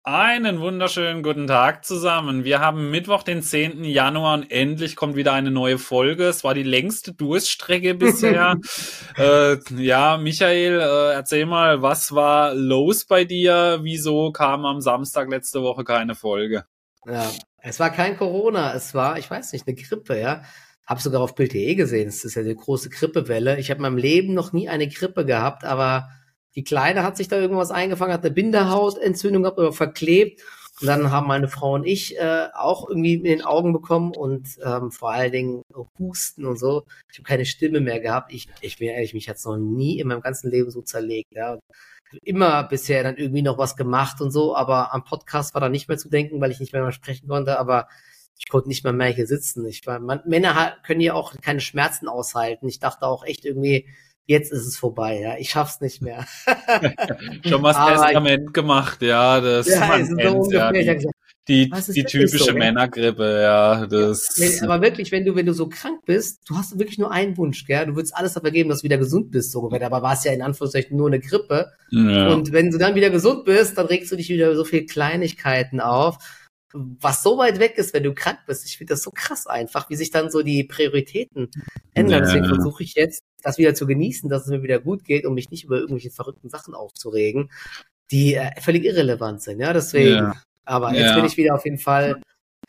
Einen wunderschönen guten Tag zusammen. Wir haben Mittwoch, den 10. Januar und endlich kommt wieder eine neue Folge. Es war die längste Durststrecke bisher. Michael, erzähl mal, was war los bei dir? Wieso kam am Samstag letzte Woche keine Folge? Ja, es war kein Corona, es war, ich weiß nicht, eine Grippe, ja. Hab sogar auf Bild.de gesehen, es ist ja eine große Grippewelle. Ich habe in meinem Leben noch nie eine Grippe gehabt, aber die Kleine hat sich da irgendwas eingefangen, hat eine Bindehautentzündung gehabt oder verklebt. Und dann haben meine Frau und ich auch irgendwie in den Augen bekommen und vor allen Dingen Husten und so. Ich habe keine Stimme mehr gehabt. Ich bin ehrlich, mich hat's noch nie in meinem ganzen Leben so zerlegt, ja. Immer bisher dann irgendwie noch was gemacht und so, aber am Podcast war da nicht mehr zu denken, weil ich nicht mehr sprechen konnte, aber ich konnte nicht mehr hier sitzen. Männer können ja auch keine Schmerzen aushalten. Ich dachte auch echt irgendwie, jetzt ist es vorbei, ja. Ich schaff's nicht mehr. Schon mal das Testament gemacht, ja. Das ja, ist so ungefähr. Ja, die typische so, Männergrippe, ja. Aber wirklich, wenn du so krank bist, du hast wirklich nur einen Wunsch, gell? Du würdest alles dafür geben, dass du wieder gesund bist, so ungefähr. Aber war es ja in Anführungszeichen nur eine Grippe. Ja. Und wenn du dann wieder gesund bist, dann regst du dich wieder so viele Kleinigkeiten auf, was so weit weg ist, wenn du krank bist. Ich finde das so krass einfach, wie sich dann so die Prioritäten ändern. Deswegen versuche ich jetzt, das wieder zu genießen, dass es mir wieder gut geht, um mich nicht über irgendwelche verrückten Sachen aufzuregen, die völlig irrelevant sind. Ja, deswegen. Ja. Aber jetzt bin ich wieder auf jeden Fall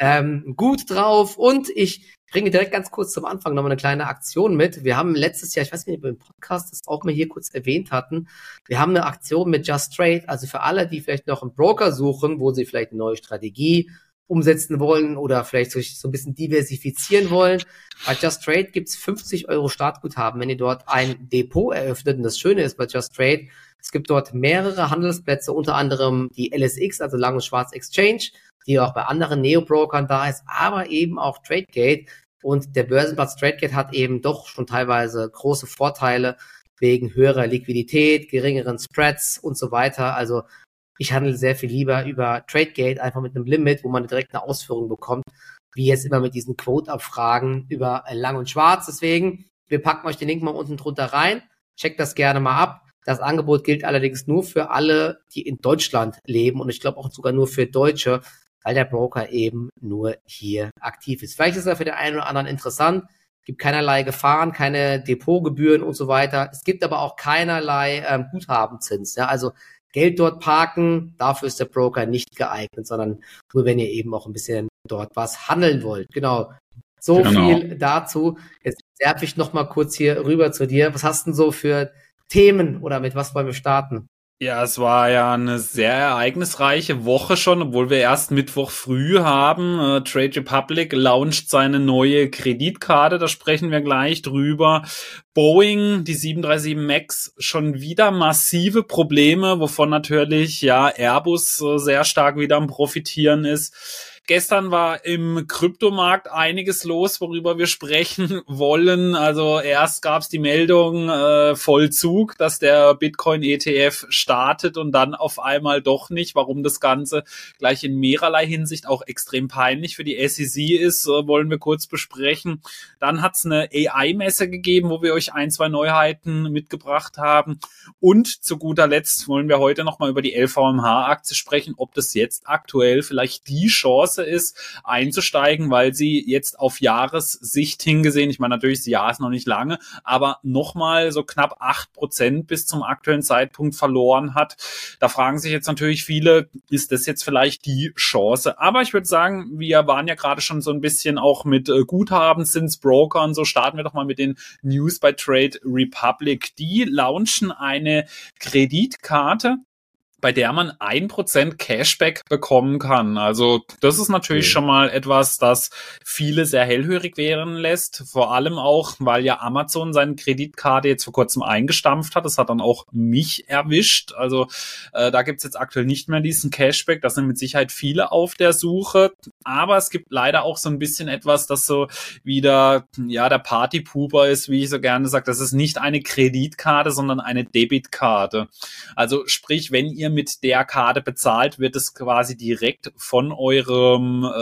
gut drauf und ich bringe direkt ganz kurz zum Anfang nochmal eine kleine Aktion mit. Wir haben letztes Jahr, ich weiß nicht, ob wir im Podcast das auch mal hier kurz erwähnt hatten, wir haben eine Aktion mit Just Trade, also für alle, die vielleicht noch einen Broker suchen, wo sie vielleicht eine neue Strategie umsetzen wollen oder vielleicht so ein bisschen diversifizieren wollen. Bei Just Trade gibt's 50 € Startguthaben, wenn ihr dort ein Depot eröffnet. Und das Schöne ist bei Just Trade, es gibt dort mehrere Handelsplätze, unter anderem die LSX, also Lang- und Schwarz-Exchange, die auch bei anderen Neo-Brokern da ist, aber eben auch Tradegate. Und der Börsenplatz Tradegate hat eben doch schon teilweise große Vorteile wegen höherer Liquidität, geringeren Spreads und so weiter. Also ich handle sehr viel lieber über Tradegate, einfach mit einem Limit, wo man direkt eine Ausführung bekommt, wie jetzt immer mit diesen Quote-Abfragen über Lang und Schwarz. Deswegen, wir packen euch den Link mal unten drunter rein. Checkt das gerne mal ab. Das Angebot gilt allerdings nur für alle, die in Deutschland leben und ich glaube auch sogar nur für Deutsche, weil der Broker eben nur hier aktiv ist. Vielleicht ist er für den einen oder anderen interessant. Es gibt keinerlei Gefahren, keine Depotgebühren und so weiter. Es gibt aber auch keinerlei Guthabenzins. Ja, also Geld dort parken, dafür ist der Broker nicht geeignet, sondern nur, wenn ihr eben auch ein bisschen dort was handeln wollt. Genau. So viel dazu. Jetzt werfe ich noch mal kurz hier rüber zu dir. Was hast du denn so für Themen oder mit was wollen wir starten? Ja, es war ja eine sehr ereignisreiche Woche schon, obwohl wir erst Mittwoch früh haben. Trade Republic launcht seine neue Kreditkarte, da sprechen wir gleich drüber. Boeing, die 737 MAX, schon wieder massive Probleme, wovon natürlich Airbus sehr stark wieder am Profitieren ist. Gestern war im Kryptomarkt einiges los, worüber wir sprechen wollen. Also erst gab es die Meldung Vollzug, dass der Bitcoin-ETF startet und dann auf einmal doch nicht. Warum das Ganze gleich in mehrerlei Hinsicht auch extrem peinlich für die SEC ist, wollen wir kurz besprechen. Dann hat es eine AI-Messe gegeben, wo wir euch 1, 2 Neuheiten mitgebracht haben. Und zu guter Letzt wollen wir heute nochmal über die LVMH-Aktie sprechen, ob das jetzt aktuell vielleicht die Chance ist, einzusteigen, weil sie jetzt auf Jahressicht hingesehen, ich meine natürlich, das Jahr ist noch nicht lange, aber nochmal so knapp 8% bis zum aktuellen Zeitpunkt verloren hat. Da fragen sich jetzt natürlich viele, ist das jetzt vielleicht die Chance? Aber ich würde sagen, wir waren ja gerade schon so ein bisschen auch mit Guthabenszinsbrokern, so starten wir doch mal mit den News bei Trade Republic. Die launchen eine Kreditkarte, bei der man 1% Cashback bekommen kann. Also das ist natürlich schon mal etwas, das viele sehr hellhörig werden lässt. Vor allem auch, weil ja Amazon seine Kreditkarte jetzt vor kurzem eingestampft hat. Das hat dann auch mich erwischt. Also da gibt's jetzt aktuell nicht mehr diesen Cashback. Da sind mit Sicherheit viele auf der Suche. Aber es gibt leider auch so ein bisschen etwas, das so wieder der Partypooper ist, wie ich so gerne sage. Das ist nicht eine Kreditkarte, sondern eine Debitkarte. Also sprich, wenn ihr mit der Karte bezahlt, wird es quasi direkt von eurem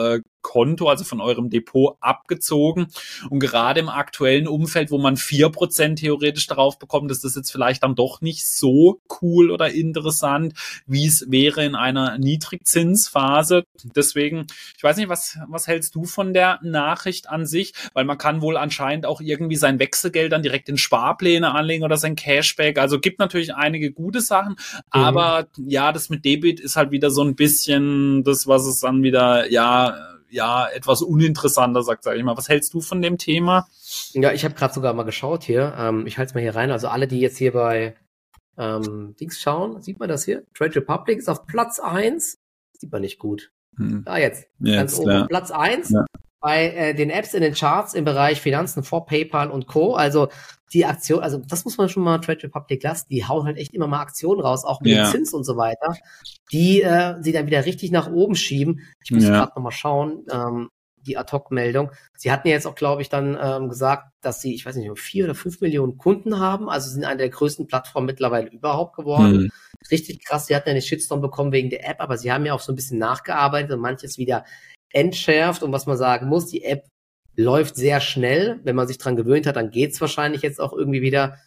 Konto, also von eurem Depot abgezogen. Und gerade im aktuellen Umfeld, wo man 4% theoretisch darauf bekommt, ist das jetzt vielleicht dann doch nicht so cool oder interessant, wie es wäre in einer Niedrigzinsphase. Deswegen, ich weiß nicht, was hältst du von der Nachricht an sich? Weil man kann wohl anscheinend auch irgendwie sein Wechselgeld dann direkt in Sparpläne anlegen oder sein Cashback. Also gibt natürlich einige gute Sachen, aber ja, das mit Debit ist halt wieder so ein bisschen das, was es dann wieder, ja, etwas uninteressanter sagt, sage ich mal. Was hältst du von dem Thema? Ja, ich habe gerade sogar mal geschaut hier. Ich halte es mal hier rein. Also alle, die jetzt hier bei Dings schauen, sieht man das hier? Trade Republic ist auf Platz 1. Sieht man nicht gut. Jetzt ganz oben auf Platz 1. Ja. Bei den Apps in den Charts im Bereich Finanzen vor PayPal und Co. Also die Aktion, also das muss man schon mal Trade Republic lassen, die hauen halt echt immer mal Aktionen raus, auch mit dem Zins und so weiter, die sie dann wieder richtig nach oben schieben. Ich muss gerade noch mal schauen, die Ad-Hoc-Meldung. Sie hatten ja jetzt auch, glaube ich, dann gesagt, dass sie, ich weiß nicht, 4 oder 5 Millionen Kunden haben, also sind eine der größten Plattformen mittlerweile überhaupt geworden. Richtig krass, sie hatten ja eine Shitstorm bekommen wegen der App, aber sie haben ja auch so ein bisschen nachgearbeitet und manches wieder entschärft. Und was man sagen muss, die App läuft sehr schnell. Wenn man sich dran gewöhnt hat, dann geht's wahrscheinlich jetzt auch irgendwie wieder.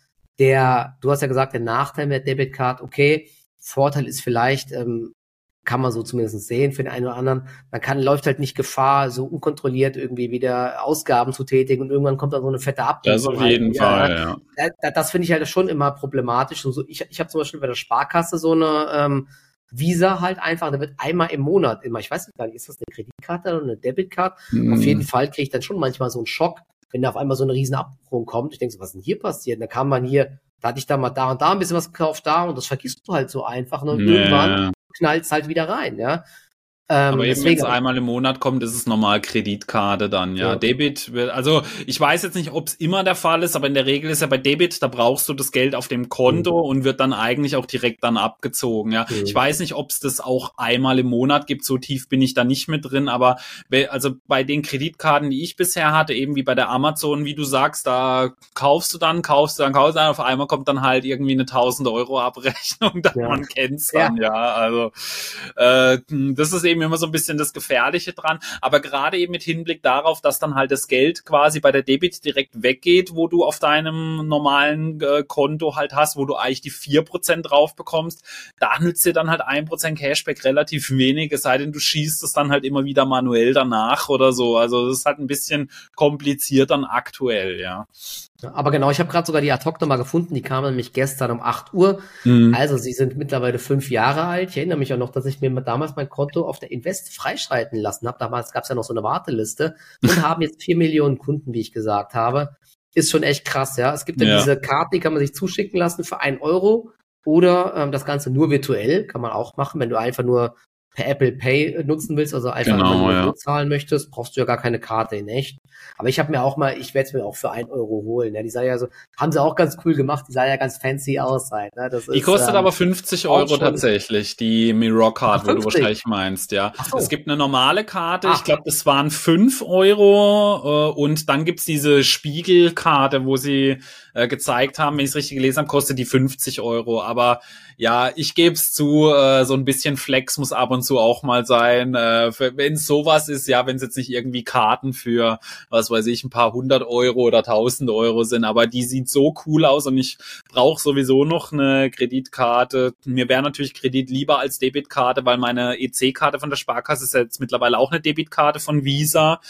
Du hast ja gesagt, der Nachteil mit der Debitcard, okay, Vorteil ist vielleicht, kann man so zumindest sehen für den einen oder anderen, läuft halt nicht Gefahr, so unkontrolliert irgendwie wieder Ausgaben zu tätigen und irgendwann kommt dann so eine fette Abbuchung. Das auf jeden Fall, ja. Das finde ich halt schon immer problematisch. Und so, ich habe zum Beispiel bei der Sparkasse so eine Visa halt einfach, da wird einmal im Monat immer, ich weiß nicht gar nicht, ist das eine Kreditkarte oder eine Debitcard? Auf jeden Fall kriege ich dann schon manchmal so einen Schock, wenn da auf einmal so eine riesen Abbuchung kommt. Ich denke so, was ist denn hier passiert? Und da kam man hier, da hatte ich da mal da und da ein bisschen was gekauft da und das vergisst du halt so einfach und irgendwann knallt es halt wieder rein, ja. Aber eben, wenn es einmal im Monat kommt, ist es normal Kreditkarte dann, ja. Debit, also ich weiß jetzt nicht, ob es immer der Fall ist, aber in der Regel ist ja bei Debit, da brauchst du das Geld auf dem Konto und wird dann eigentlich auch direkt dann abgezogen, ja. Ich weiß nicht, ob es das auch einmal im Monat gibt, so tief bin ich da nicht mit drin, aber also bei den Kreditkarten, die ich bisher hatte, eben wie bei der Amazon, wie du sagst, da kaufst du dann, auf einmal kommt dann halt irgendwie eine 1.000 Euro Abrechnung, man kennt's dann, also das ist eben immer so ein bisschen das Gefährliche dran, aber gerade eben mit Hinblick darauf, dass dann halt das Geld quasi bei der Debit direkt weggeht, wo du auf deinem normalen Konto halt hast, wo du eigentlich die 4% drauf bekommst, da nützt dir dann halt 1% Cashback relativ wenig, es sei denn, du schießt es dann halt immer wieder manuell danach oder so, also das ist halt ein bisschen kompliziert dann aktuell, ja. Aber genau, ich habe gerade sogar die Ad-Hoc-Nummer gefunden, die kam nämlich gestern um 8 Uhr. Also sie sind mittlerweile 5 Jahre alt. Ich erinnere mich auch noch, dass ich mir damals mein Konto auf der Invest freischalten lassen habe. Damals gab es ja noch so eine Warteliste und haben jetzt 4 Millionen Kunden, wie ich gesagt habe. Ist schon echt krass, ja. Es gibt ja diese Karten, die kann man sich zuschicken lassen für 1 Euro oder das Ganze nur virtuell, kann man auch machen, wenn du einfach nur per Apple Pay nutzen willst, also einfach nur zahlen möchtest, brauchst du ja gar keine Karte in echt. Aber ich habe mir auch mal, ich werde es mir auch für 1 Euro holen. Ja, die sah ja so, haben sie auch ganz cool gemacht, die sah ja ganz fancy aus halt. Ne? Die kostet aber 50 Euro tatsächlich, die Mirror Card, wo du wahrscheinlich meinst, ja. So. Es gibt eine normale Karte, ich glaube, das waren 5 Euro und dann gibt's diese Spiegelkarte, wo sie gezeigt haben, wenn ich es richtig gelesen habe, kostet die 50 Euro. Aber ja, ich gebe es zu, so ein bisschen Flex muss ab und zu auch mal sein. Wenn es sowas ist, ja, wenn es jetzt nicht irgendwie Karten für, was weiß ich, ein paar 100 Euro oder 1.000 Euro sind, aber die sieht so cool aus und ich brauche sowieso noch eine Kreditkarte. Mir wäre natürlich Kredit lieber als Debitkarte, weil meine EC-Karte von der Sparkasse ist ja jetzt mittlerweile auch eine Debitkarte von Visa.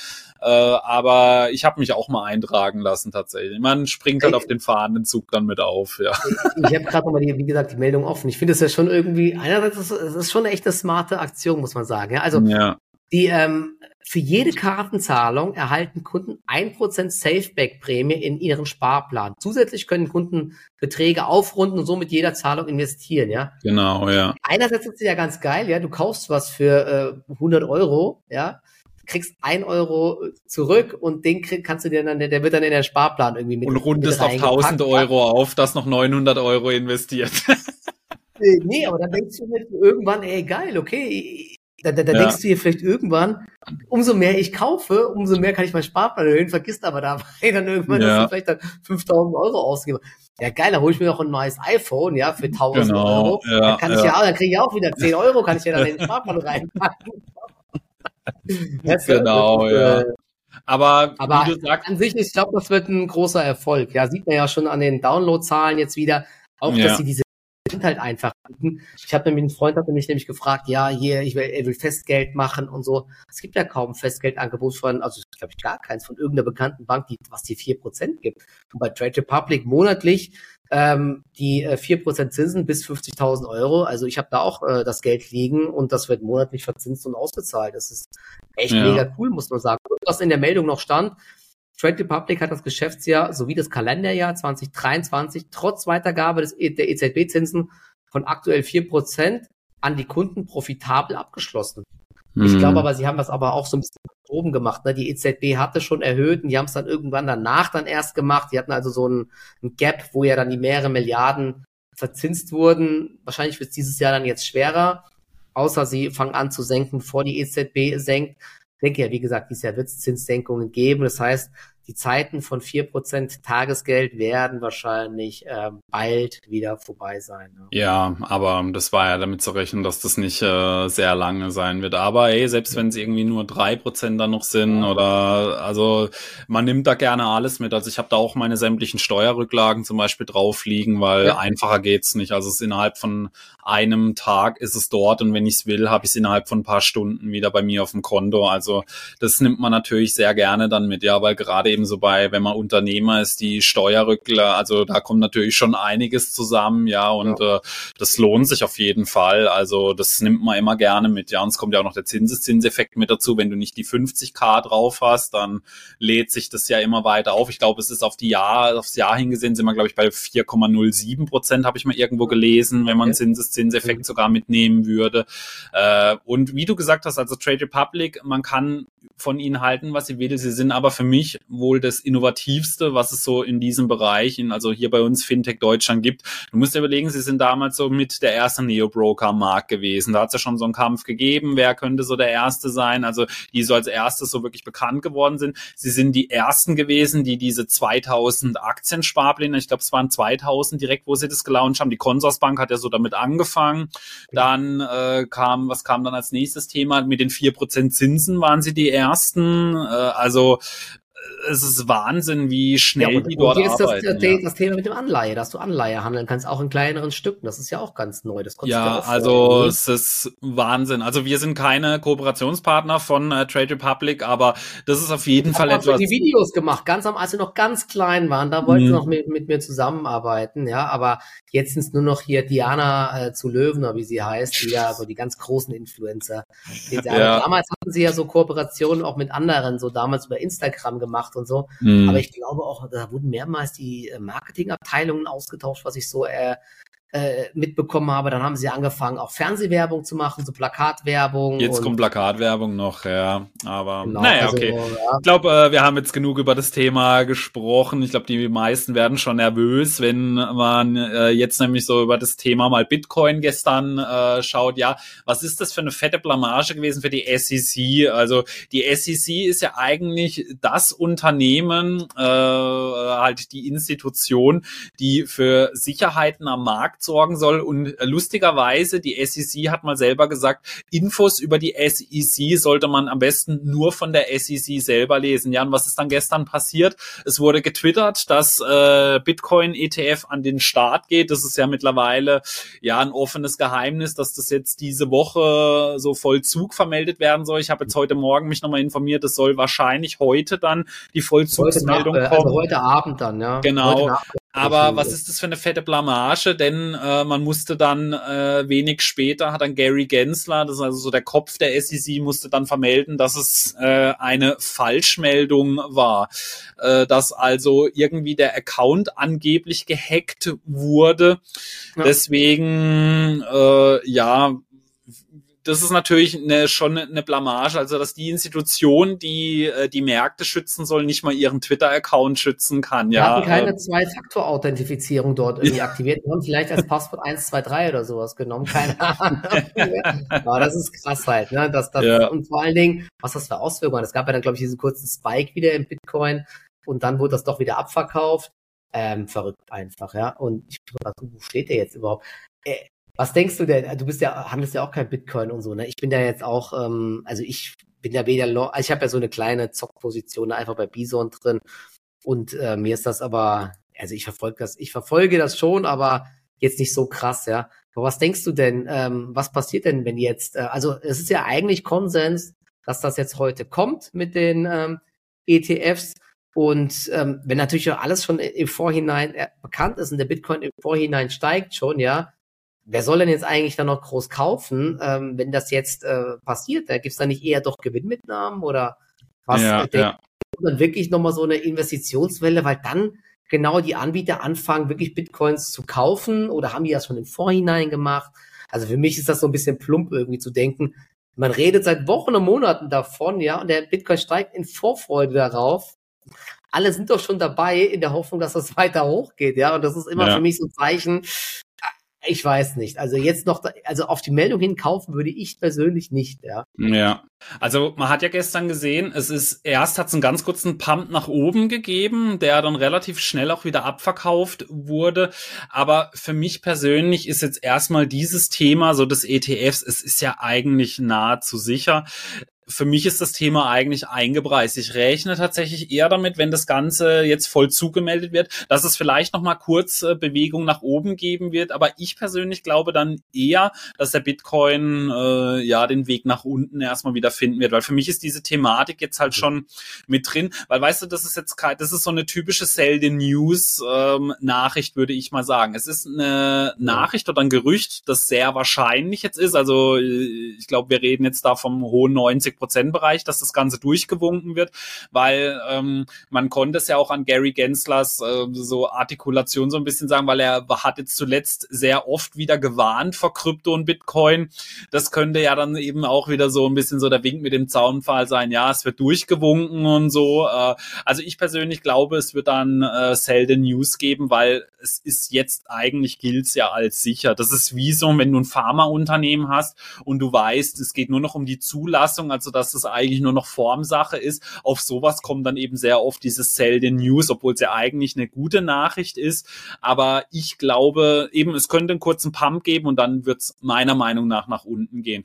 Aber ich habe mich auch mal eintragen lassen tatsächlich. Man springt halt auf den fahrenden Zug dann mit auf, ja. Ich habe gerade nochmal, wie gesagt, die Meldung offen. Ich finde es ja schon irgendwie, einerseits es ist schon echt eine smarte Aktion, muss man sagen. Ja? Also die für jede Kartenzahlung erhalten Kunden 1% Safeback-Prämie in ihren Sparplan. Zusätzlich können Kunden Beträge aufrunden und so mit jeder Zahlung investieren, ja. Genau, ja. Einerseits ist es ja ganz geil, ja. Du kaufst was für 100 Euro, ja. Kriegst 1 Euro zurück und den kannst du dir dann, der wird dann in den Sparplan irgendwie mit. Und rundest auf 1.000 Euro auf, das noch 900 Euro investiert. Nee, aber dann denkst du mir irgendwann, ey, geil, okay. Da denkst du dir vielleicht irgendwann, umso mehr ich kaufe, umso mehr kann ich meinen Sparplan erhöhen, vergisst aber dabei dann irgendwann, dass ich vielleicht dann 5.000 Euro ausgebe. Ja, geil, da hole ich mir auch ein neues iPhone, ja, für 1.000 Euro. Dann kann ich dann kriege ich auch wieder 10 Euro, kann ich ja dann in den Sparplan reinpacken. Genau, ja. Aber wie du sagst, an sich, ich glaube, das wird ein großer Erfolg. Ja, sieht man ja schon an den Downloadzahlen jetzt wieder. Auch, dass sie diese halt einfach bieten. Ich habe nämlich, ein Freund hat mich nämlich gefragt, ja, hier, er will Festgeld machen und so. Es gibt ja kaum Festgeldangebot von, also ich glaube gar keins von irgendeiner bekannten Bank, was die 4% gibt. Und bei Trade Republic monatlich die 4% Zinsen bis 50.000 Euro. Also ich habe da auch das Geld liegen und das wird monatlich verzinst und ausgezahlt. Das ist echt mega cool, muss man sagen. Und was in der Meldung noch stand, Trade Republic hat das Geschäftsjahr sowie das Kalenderjahr 2023 trotz Weitergabe der EZB-Zinsen von aktuell 4% an die Kunden profitabel abgeschlossen. Ich glaube aber, sie haben das aber auch so ein bisschen oben gemacht. Ne? Die EZB hatte schon erhöht und die haben es dann irgendwann danach dann erst gemacht. Die hatten also so ein Gap, wo ja dann die mehrere Milliarden verzinst wurden. Wahrscheinlich wird es dieses Jahr dann jetzt schwerer, außer sie fangen an zu senken, bevor die EZB senkt. Ich denke ja, wie gesagt, dieses Jahr wird es Zinssenkungen geben. Das heißt, die Zeiten von 4% Tagesgeld werden wahrscheinlich bald wieder vorbei sein. Ne? Ja, aber das war ja damit zu rechnen, dass das nicht sehr lange sein wird. Aber selbst wenn es irgendwie nur 3% dann noch sind oder also man nimmt da gerne alles mit. Also ich habe da auch meine sämtlichen Steuerrücklagen zum Beispiel drauf liegen, weil einfacher geht's nicht. Also es ist innerhalb von einem Tag ist es dort und wenn ich es will, habe ich es innerhalb von ein paar Stunden wieder bei mir auf dem Konto. Also das nimmt man natürlich sehr gerne dann mit, ja, weil gerade eben so wenn man Unternehmer ist, die Steuerrückler, also da kommt natürlich schon einiges zusammen, ja, und das lohnt sich auf jeden Fall. Also das nimmt man immer gerne mit, ja, und es kommt ja auch noch der Zinseszinseffekt mit dazu. Wenn du nicht die 50k drauf hast, dann lädt sich das ja immer weiter auf. Ich glaube, es ist aufs Jahr hingesehen, sind wir, glaube ich, bei 4,07%, habe ich mal irgendwo gelesen, wenn man Zinseszinseffekt sogar mitnehmen würde. Und wie du gesagt hast, also Trade Republic, man kann von ihnen halten, was sie will. Sie sind aber für mich wohl das Innovativste, was es so in diesem Bereich, also hier bei uns Fintech Deutschland gibt. Du musst dir überlegen, sie sind damals so mit der erste Neo-Broker am Markt gewesen. Da hat es ja schon so einen Kampf gegeben, wer könnte so der Erste sein, also die so als erstes so wirklich bekannt geworden sind. Sie sind die Ersten gewesen, die diese 2000 Aktiensparpläne, ich glaube es waren 2000 direkt, wo sie das gelauncht haben. Die Consorsbank hat ja so damit angefangen. Dann was kam dann als nächstes Thema? Mit den 4% Zinsen waren sie die Ersten. Also es ist Wahnsinn, wie schnell die dort arbeiten. Das Thema mit dem Anleihe, dass du Anleihe handeln kannst, auch in kleineren Stücken. Das ist ja auch ganz neu. Das ja, also es ist Wahnsinn. Also wir sind keine Kooperationspartner von Trade Republic, aber das ist auf jeden Fall etwas. Die Videos gemacht, als sie noch ganz klein waren, da wollten sie noch mit mir zusammenarbeiten, ja, aber jetzt sind es nur noch hier Diana zu Löwner, wie sie heißt, die ja so die ganz großen Influencer. Damals hatten sie ja so Kooperationen auch mit anderen, so damals über Instagram gemacht und so. Aber ich glaube auch, da wurden mehrmals die Marketingabteilungen ausgetauscht, was ich so mitbekommen habe. Dann haben sie angefangen, auch Fernsehwerbung zu machen, so Plakatwerbung. Jetzt kommt Plakatwerbung noch, ja. Aber naja, also, okay. Ja. Ich glaube, wir haben jetzt genug über das Thema gesprochen. Ich glaube, die meisten werden schon nervös, wenn man jetzt nämlich so über das Thema mal Bitcoin gestern schaut. Ja, was ist das für eine fette Blamage gewesen für die SEC? Also die SEC ist ja eigentlich das Unternehmen, halt die Institution, die für Sicherheiten am Markt sorgen soll. Und lustigerweise, die SEC hat mal selber gesagt, Infos über die SEC sollte man am besten nur von der SEC selber lesen. Ja, und was ist dann gestern passiert? Es wurde getwittert, dass Bitcoin-ETF an den Start geht. Das ist ja mittlerweile ja ein offenes Geheimnis, dass das jetzt diese Woche so Vollzug vermeldet werden soll. Ich habe jetzt heute Morgen mich nochmal informiert, es soll wahrscheinlich heute dann die Vollzugsmeldung kommen. Also heute Abend dann, ja. Genau. Aber was ist das für eine fette Blamage? Denn man musste dann wenig später, hat dann Gary Gensler, das ist also so der Kopf der SEC, musste dann vermelden, dass es eine Falschmeldung war. Dass also irgendwie der Account angeblich gehackt wurde. Ja. Deswegen, das ist natürlich schon eine Blamage, also dass die Institution, die die Märkte schützen soll, nicht mal ihren Twitter-Account schützen kann. Wir hatten keine Zwei-Faktor-Authentifizierung dort irgendwie aktiviert. Wir haben vielleicht als Passwort 123 oder sowas genommen, keine Ahnung. Aber das ist krass halt, ne? Und vor allen Dingen, was das für Auswirkungen hat. Es gab ja dann, glaube ich, diesen kurzen Spike wieder im Bitcoin und dann wurde das doch wieder abverkauft. Verrückt einfach, ja. Und ich dachte, wo steht der jetzt überhaupt? Was denkst du denn? Du handelst ja auch kein Bitcoin und so, ne? Ich bin da jetzt auch, also ich bin ja also ich habe ja so eine kleine Zockposition einfach bei Bison drin und mir ist das aber, also ich verfolge das schon, aber jetzt nicht so krass, ja. Aber was denkst du denn, was passiert denn, wenn jetzt, also es ist ja eigentlich Konsens, dass das jetzt heute kommt mit den ETFs und wenn natürlich auch alles schon im Vorhinein bekannt ist und der Bitcoin im Vorhinein steigt schon, ja, wer soll denn jetzt eigentlich dann noch groß kaufen, wenn das jetzt passiert? Gibt es da nicht eher doch Gewinnmitnahmen oder was? Dann wirklich nochmal so eine Investitionswelle, weil dann genau die Anbieter anfangen, wirklich Bitcoins zu kaufen oder haben die das schon im Vorhinein gemacht? Also für mich ist das so ein bisschen plump irgendwie zu denken. Man redet seit Wochen und Monaten davon, ja, und der Bitcoin steigt in Vorfreude darauf. Alle sind doch schon dabei in der Hoffnung, dass das weiter hochgeht, ja, und das ist immer für mich so ein Zeichen, ich weiß nicht. Also jetzt noch, also auf die Meldung hin kaufen würde ich persönlich nicht, ja. Ja. Also man hat ja gestern gesehen, hat es einen ganz kurzen Pump nach oben gegeben, der dann relativ schnell auch wieder abverkauft wurde. Aber für mich persönlich ist jetzt erstmal dieses Thema so des ETFs, es ist ja eigentlich nahezu sicher. Für mich ist das Thema eigentlich eingepreist. Ich rechne tatsächlich eher damit, wenn das Ganze jetzt voll zugemeldet wird, dass es vielleicht noch mal kurz Bewegung nach oben geben wird. Aber ich persönlich glaube dann eher, dass der Bitcoin den Weg nach unten erstmal wieder finden wird. Weil für mich ist diese Thematik jetzt halt schon mit drin. Weil weißt du, das ist so eine typische Sell the News Nachricht, würde ich mal sagen. Es ist eine Nachricht oder ein Gerücht, das sehr wahrscheinlich jetzt ist. Also ich glaube, wir reden jetzt da vom hohen 90%-Bereich, dass das Ganze durchgewunken wird, weil man konnte es ja auch an Gary Genslers so Artikulation so ein bisschen sagen, weil er hat jetzt zuletzt sehr oft wieder gewarnt vor Krypto und Bitcoin. Das könnte ja dann eben auch wieder so ein bisschen so der Wink mit dem Zaunpfahl sein, ja, es wird durchgewunken und so. Also ich persönlich glaube, es wird dann selten News geben, weil es ist jetzt eigentlich, gilt's ja als sicher. Das ist wie so, wenn du ein Pharmaunternehmen hast und du weißt, es geht nur noch um die Zulassung, also dass es eigentlich nur noch Formsache ist. Auf sowas kommt dann eben sehr oft dieses Sell the News, obwohl es ja eigentlich eine gute Nachricht ist. Aber ich glaube eben, es könnte einen kurzen Pump geben und dann wird es meiner Meinung nach unten gehen.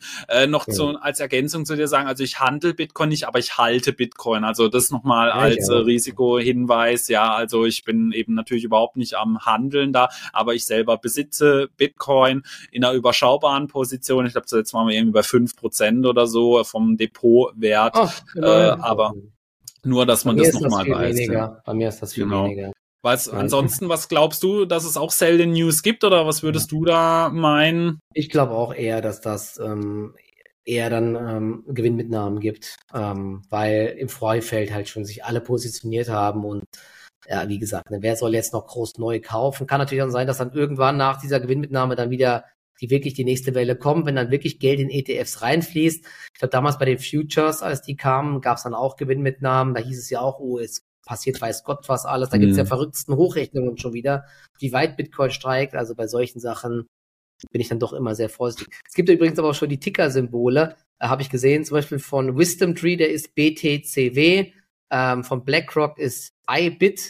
Als Ergänzung zu dir sagen, also ich handle Bitcoin nicht, aber ich halte Bitcoin. Also das nochmal als Risikohinweis. Ja, also ich bin eben natürlich überhaupt nicht am Handeln da, aber ich selber besitze Bitcoin in einer überschaubaren Position. Ich glaube, zuletzt waren wir irgendwie bei 5% oder so vom Depotwert. Aber nur, dass man das nochmal weiß. Ja. Bei mir ist das viel weniger. Ansonsten, was glaubst du, dass es auch Sell the News gibt oder was würdest du da meinen? Ich glaube auch eher, dass das eher dann Gewinnmitnahmen gibt, weil im Vorfeld halt schon sich alle positioniert haben und ja, wie gesagt, wer soll jetzt noch groß neu kaufen? Kann natürlich auch sein, dass dann irgendwann nach dieser Gewinnmitnahme dann wieder die nächste Welle kommt, wenn dann wirklich Geld in ETFs reinfließt. Ich glaube, damals bei den Futures, als die kamen, gab es dann auch Gewinnmitnahmen. Da hieß es ja auch, es passiert weiß Gott was alles. Da gibt es ja verrücktesten Hochrechnungen schon wieder, wie weit Bitcoin steigt. Also bei solchen Sachen bin ich dann doch immer sehr vorsichtig. Es gibt übrigens aber auch schon die Ticker-Symbole, habe ich gesehen, zum Beispiel von Wisdom Tree, der ist BTCW, von BlackRock ist IBIT,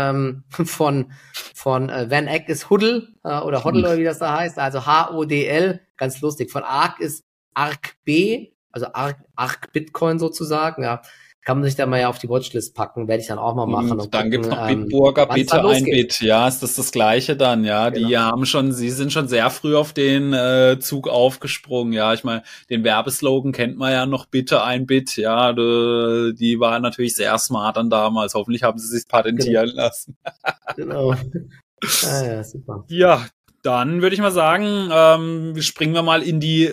von Van Eck ist Huddle oder Hodl oder wie das da heißt, also HODL, ganz lustig. Von ARK ist ARKB, also ARK Bitcoin sozusagen, ja. Kann man sich da mal ja auf die Watchlist packen, werde ich dann auch mal machen. Und dann gibt's noch Bitburger, bitte ein Bit, ja, ist das Gleiche dann, ja, genau. Sie sind schon sehr früh auf den Zug aufgesprungen, ja, ich meine, den Werbeslogan kennt man ja noch, bitte ein Bit, ja, die war natürlich sehr smart dann damals, hoffentlich haben sie sich patentieren lassen. Genau. Ja, super. Ja, dann würde ich mal sagen, springen wir mal in die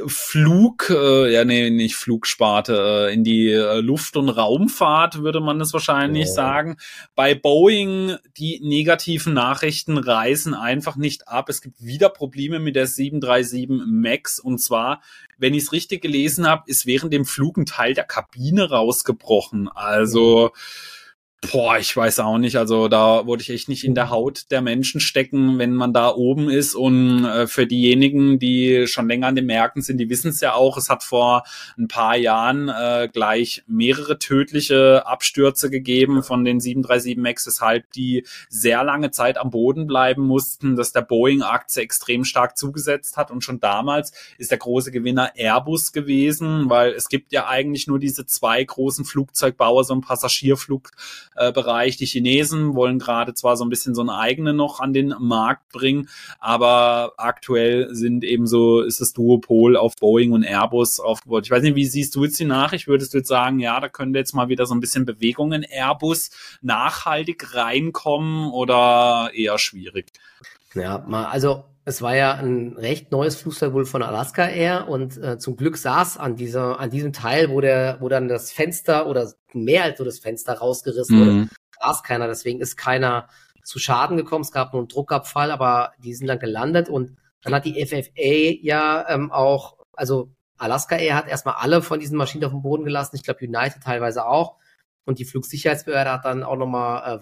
Flugsparte, in die Luft- und Raumfahrt, würde man es wahrscheinlich sagen. Bei Boeing, die negativen Nachrichten reißen einfach nicht ab. Es gibt wieder Probleme mit der 737 MAX und zwar, wenn ich es richtig gelesen habe, ist während dem Flug ein Teil der Kabine rausgebrochen. Also Boah, ich weiß auch nicht. Also da wollte ich echt nicht in der Haut der Menschen stecken, wenn man da oben ist. Und für diejenigen, die schon länger an den Märkten sind, die wissen es ja auch. Es hat vor ein paar Jahren gleich mehrere tödliche Abstürze gegeben von den 737 MAX, weshalb die sehr lange Zeit am Boden bleiben mussten, dass der Boeing-Aktie extrem stark zugesetzt hat. Und schon damals ist der große Gewinner Airbus gewesen, weil es gibt ja eigentlich nur diese zwei großen Flugzeugbauer, so ein Passagierflugbereich. Die Chinesen wollen gerade zwar so ein bisschen so einen eigenen noch an den Markt bringen, aber aktuell sind eben so, ist das Duopol auf Boeing und Airbus aufgebaut. Ich weiß nicht, wie siehst du jetzt die Nachricht? Würdest du jetzt sagen, ja, da könnte jetzt mal wieder so ein bisschen Bewegung in Airbus nachhaltig reinkommen oder eher schwierig? Ja, also es war ja ein recht neues Flugzeug wohl von Alaska Air und zum Glück saß an diesem Teil, wo dann das Fenster oder mehr als nur das Fenster rausgerissen wurde, saß keiner, deswegen ist keiner zu Schaden gekommen, es gab nur einen Druckabfall, aber die sind dann gelandet und dann hat die FAA ja auch, also Alaska Air hat erstmal alle von diesen Maschinen auf den Boden gelassen, ich glaube United teilweise auch und die Flugsicherheitsbehörde hat dann auch nochmal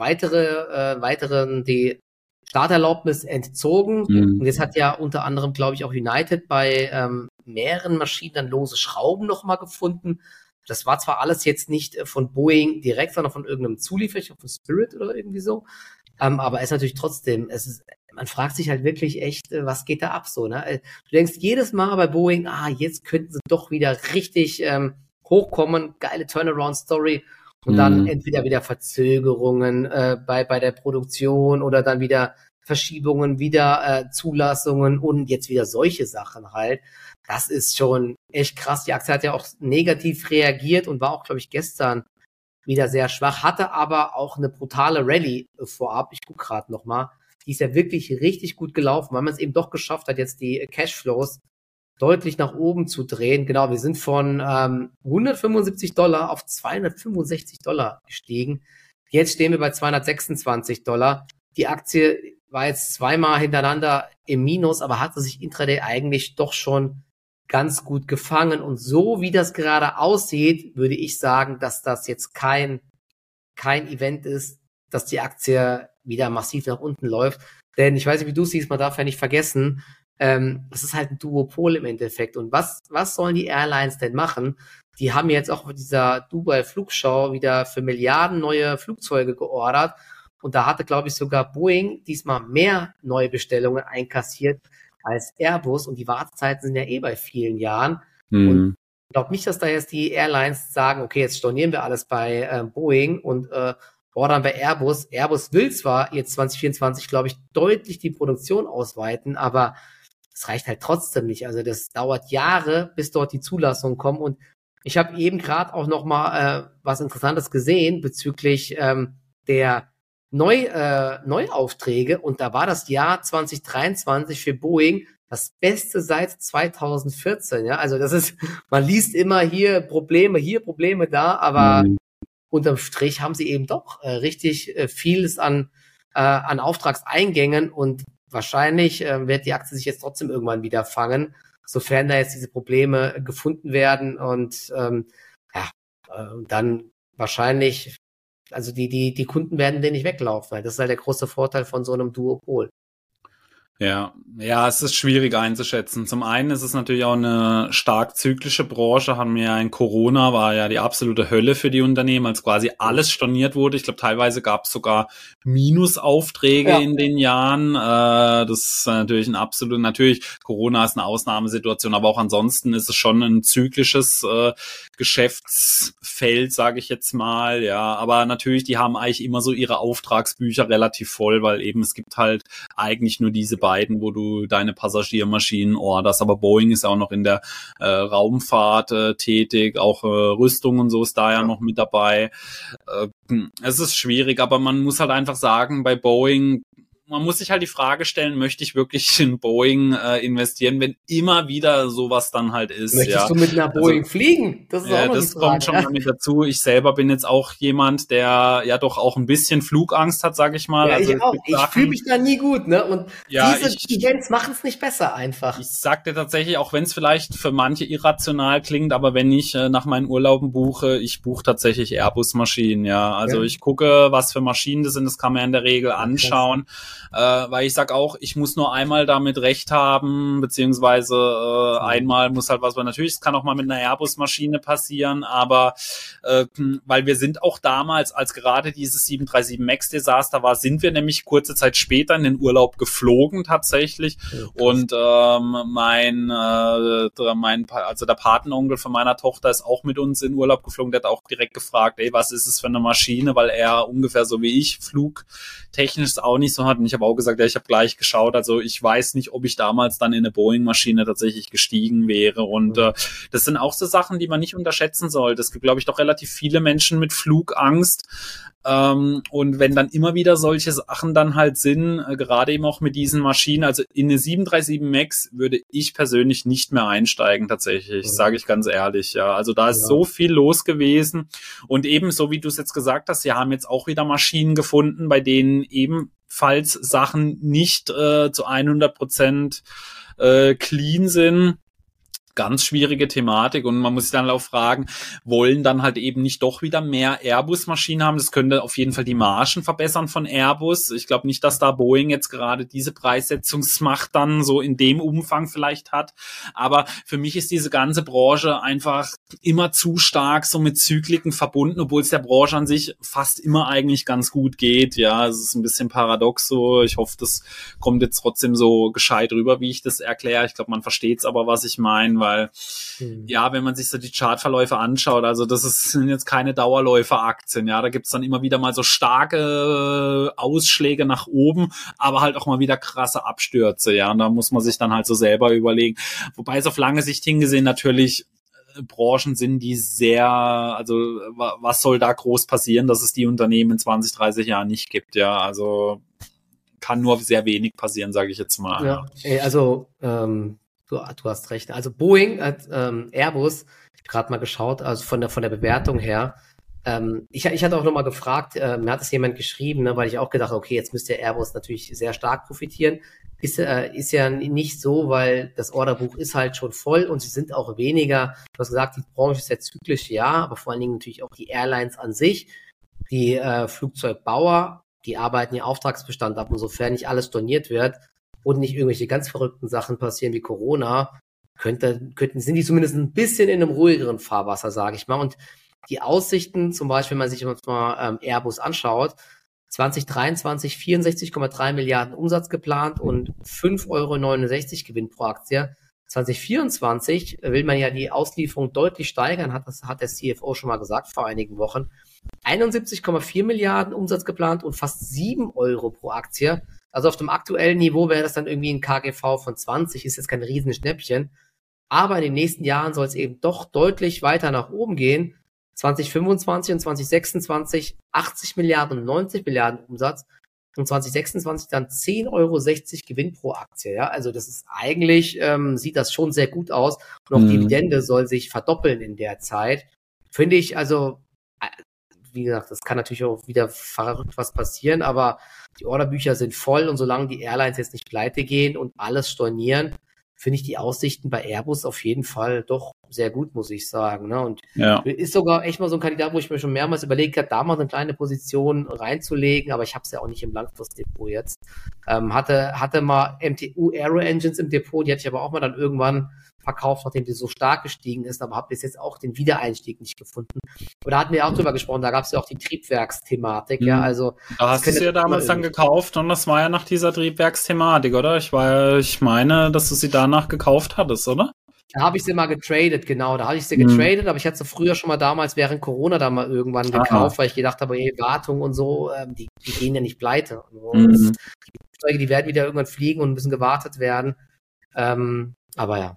weiteren die Starterlaubnis entzogen. Und jetzt hat ja unter anderem, glaube ich, auch United bei mehreren Maschinen dann lose Schrauben nochmal gefunden. Das war zwar alles jetzt nicht von Boeing direkt, sondern von irgendeinem Zulieferer, ich glaube von Spirit oder irgendwie so. Aber es ist natürlich trotzdem, man fragt sich halt wirklich echt, was geht da ab so, ne? Du denkst jedes Mal bei Boeing, jetzt könnten sie doch wieder richtig hochkommen, geile Turnaround-Story. Und dann entweder wieder Verzögerungen bei der Produktion oder dann wieder Verschiebungen, wieder Zulassungen und jetzt wieder solche Sachen halt. Das ist schon echt krass. Die Aktie hat ja auch negativ reagiert und war auch, glaube ich, gestern wieder sehr schwach, hatte aber auch eine brutale Rallye vorab. Ich gucke gerade nochmal. Die ist ja wirklich richtig gut gelaufen, weil man es eben doch geschafft hat, jetzt die Cashflows deutlich nach oben zu drehen. Genau, wir sind von $175 auf $265 gestiegen. Jetzt stehen wir bei $226. Die Aktie war jetzt zweimal hintereinander im Minus, aber hatte sich intraday eigentlich doch schon ganz gut gefangen. Und so wie das gerade aussieht, würde ich sagen, dass das jetzt kein Event ist, dass die Aktie wieder massiv nach unten läuft. Denn ich weiß nicht, wie du siehst, man darf ja nicht vergessen, es ist halt ein Duopol im Endeffekt. Und was sollen die Airlines denn machen? Die haben jetzt auch mit dieser Dubai-Flugschau wieder für Milliarden neue Flugzeuge geordert. Und da hatte, glaube ich, sogar Boeing diesmal mehr neue Bestellungen einkassiert als Airbus. Und die Wartezeiten sind ja bei vielen Jahren. Und ich glaube nicht, dass da jetzt die Airlines sagen, okay, jetzt stornieren wir alles bei Boeing und ordern bei Airbus. Airbus will zwar jetzt 2024, glaube ich, deutlich die Produktion ausweiten, aber es reicht halt trotzdem nicht. Also das dauert Jahre, bis dort die Zulassungen kommen. Und ich habe eben gerade auch noch mal was Interessantes gesehen bezüglich der Neuaufträge. Und da war das Jahr 2023 für Boeing das Beste seit 2014. Ja, also das ist, man liest immer hier Probleme da, aber unterm Strich haben sie eben doch richtig vieles an Auftragseingängen und wahrscheinlich wird die Aktie sich jetzt trotzdem irgendwann wieder fangen, sofern da jetzt diese Probleme gefunden werden und dann wahrscheinlich, also die Kunden werden denen nicht weglaufen, weil das ist halt der große Vorteil von so einem Duopol. Ja, es ist schwierig einzuschätzen. Zum einen ist es natürlich auch eine stark zyklische Branche. Haben wir ja in Corona, war ja die absolute Hölle für die Unternehmen, als quasi alles storniert wurde. Ich glaube, teilweise gab es sogar Minusaufträge in den Jahren. Das ist natürlich natürlich Corona ist eine Ausnahmesituation, aber auch ansonsten ist es schon ein zyklisches Geschäftsfeld, sage ich jetzt mal. Ja, aber natürlich, die haben eigentlich immer so ihre Auftragsbücher relativ voll, weil eben es gibt halt eigentlich nur diese beiden, wo du deine Passagiermaschinen orderst. Aber Boeing ist auch noch in der Raumfahrt tätig, auch Rüstung und so ist da ja noch mit dabei. Es ist schwierig, aber man muss halt einfach sagen, bei Boeing, man muss sich halt die Frage stellen, möchte ich wirklich in Boeing investieren, wenn immer wieder sowas dann halt ist. Möchtest du mit einer Boeing fliegen? Das ist auch noch die das Frage. kommt schon mal mit dazu. Ich selber bin jetzt auch jemand, der ja doch auch ein bisschen Flugangst hat, sage ich mal. Ja, also ich auch. Ich fühle mich da nie gut, ne? Und diese Events machen es nicht besser einfach. Ich sagte tatsächlich, auch wenn es vielleicht für manche irrational klingt, aber wenn ich nach meinen Urlauben buche, ich buche tatsächlich Airbus-Maschinen, ja. Also ich gucke, was für Maschinen das sind, das kann man in der Regel anschauen, weil ich sag auch, ich muss nur einmal damit recht haben, beziehungsweise einmal muss halt was, weil natürlich, es kann auch mal mit einer Airbus-Maschine passieren, aber weil wir sind auch damals, als gerade dieses 737 MAX-Desaster war, sind wir nämlich kurze Zeit später in den Urlaub geflogen tatsächlich und also der Patenonkel von meiner Tochter ist auch mit uns in Urlaub geflogen, der hat auch direkt gefragt, was ist es für eine Maschine, weil er ungefähr so wie ich flugtechnisch es auch nicht so hat und ich habe auch gesagt, ich habe gleich geschaut, also ich weiß nicht, ob ich damals dann in eine Boeing-Maschine tatsächlich gestiegen wäre und das sind auch so Sachen, die man nicht unterschätzen sollte. Es gibt, glaube ich, doch relativ viele Menschen mit Flugangst, und wenn dann immer wieder solche Sachen dann halt sind, gerade eben auch mit diesen Maschinen, also in eine 737 MAX würde ich persönlich nicht mehr einsteigen tatsächlich, sage ich ganz ehrlich, ja. Also da ist so viel los gewesen und ebenso wie du es jetzt gesagt hast, wir haben jetzt auch wieder Maschinen gefunden, bei denen ebenfalls Sachen nicht zu 100% clean sind. Ganz schwierige Thematik und man muss sich dann auch fragen, wollen dann halt eben nicht doch wieder mehr Airbus-Maschinen haben? Das könnte auf jeden Fall die Margen verbessern von Airbus. Ich glaube nicht, dass da Boeing jetzt gerade diese Preissetzungsmacht dann so in dem Umfang vielleicht hat. Aber für mich ist diese ganze Branche einfach immer zu stark so mit Zykliken verbunden, obwohl es der Branche an sich fast immer eigentlich ganz gut geht. Ja, es ist ein bisschen paradox so. Ich hoffe, das kommt jetzt trotzdem so gescheit rüber, wie ich das erkläre. Ich glaube, man versteht es aber, was ich meine, weil ja, wenn man sich so die Chartverläufe anschaut, also sind jetzt keine Dauerläufer-Aktien, ja, da gibt's dann immer wieder mal so starke Ausschläge nach oben, aber halt auch mal wieder krasse Abstürze, ja, und da muss man sich dann halt so selber überlegen, wobei es auf lange Sicht hingesehen natürlich Branchen sind, die also was soll da groß passieren, dass es die Unternehmen in 20, 30 Jahren nicht gibt, ja, also kann nur sehr wenig passieren, sage ich jetzt mal. Ja, also Du hast recht. Also Boeing, Airbus, ich habe gerade mal geschaut, also von der Bewertung her. Ich hatte auch nochmal gefragt, mir hat es jemand geschrieben, ne, weil ich auch gedacht habe, okay, jetzt müsste Airbus natürlich sehr stark profitieren. Ist ja nicht so, weil das Orderbuch ist halt schon voll und sie sind auch weniger, du hast gesagt, die Branche ist ja zyklisch, ja, aber vor allen Dingen natürlich auch die Airlines an sich, die Flugzeugbauer, die arbeiten ihr Auftragsbestand ab, insofern nicht alles storniert wird, und nicht irgendwelche ganz verrückten Sachen passieren wie Corona, sind die zumindest ein bisschen in einem ruhigeren Fahrwasser, sage ich mal. Und die Aussichten, zum Beispiel, wenn man sich mal Airbus anschaut, 2023 64,3 Milliarden Umsatz geplant und 5,69 Euro Gewinn pro Aktie. 2024 will man ja die Auslieferung deutlich steigern, hat der CFO schon mal gesagt vor einigen Wochen. 71,4 Milliarden Umsatz geplant und fast 7 Euro pro Aktie. Also auf dem aktuellen Niveau wäre das dann irgendwie ein KGV von 20, ist jetzt kein Riesenschnäppchen. Aber in den nächsten Jahren soll es eben doch deutlich weiter nach oben gehen. 2025 und 2026 80 Milliarden und 90 Milliarden Umsatz und 2026 dann 10,60 Euro Gewinn pro Aktie. Ja, also das ist eigentlich, sieht das schon sehr gut aus. Und auch Dividende soll sich verdoppeln in der Zeit. Finde ich, also, wie gesagt, das kann natürlich auch wieder verrückt was passieren, aber die Orderbücher sind voll und solange die Airlines jetzt nicht pleite gehen und alles stornieren, finde ich die Aussichten bei Airbus auf jeden Fall doch sehr gut, muss ich sagen. Ne? Und ist sogar echt mal so ein Kandidat, wo ich mir schon mehrmals überlegt habe, da mal eine kleine Position reinzulegen, aber ich habe es ja auch nicht im Langfristdepot jetzt. Hatte mal MTU Aero Engines im Depot, die hatte ich aber auch mal dann irgendwann verkauft, nachdem die so stark gestiegen ist, aber habe bis jetzt auch den Wiedereinstieg nicht gefunden. Und da hatten wir auch drüber gesprochen, da gab es ja auch die Triebwerksthematik, ja, also. Da hast du sie ja damals dann gekauft und das war ja nach dieser Triebwerksthematik, oder? Ich meine, dass du sie danach gekauft hattest, oder? Da habe ich sie mal getradet, genau, da habe ich sie getradet, aber ich hatte sie früher schon mal damals während Corona da mal irgendwann gekauft, weil ich gedacht habe, Wartung und so, die gehen ja nicht pleite. Und so. Die Flugzeuge, die werden wieder irgendwann fliegen und müssen gewartet werden. Aber ja.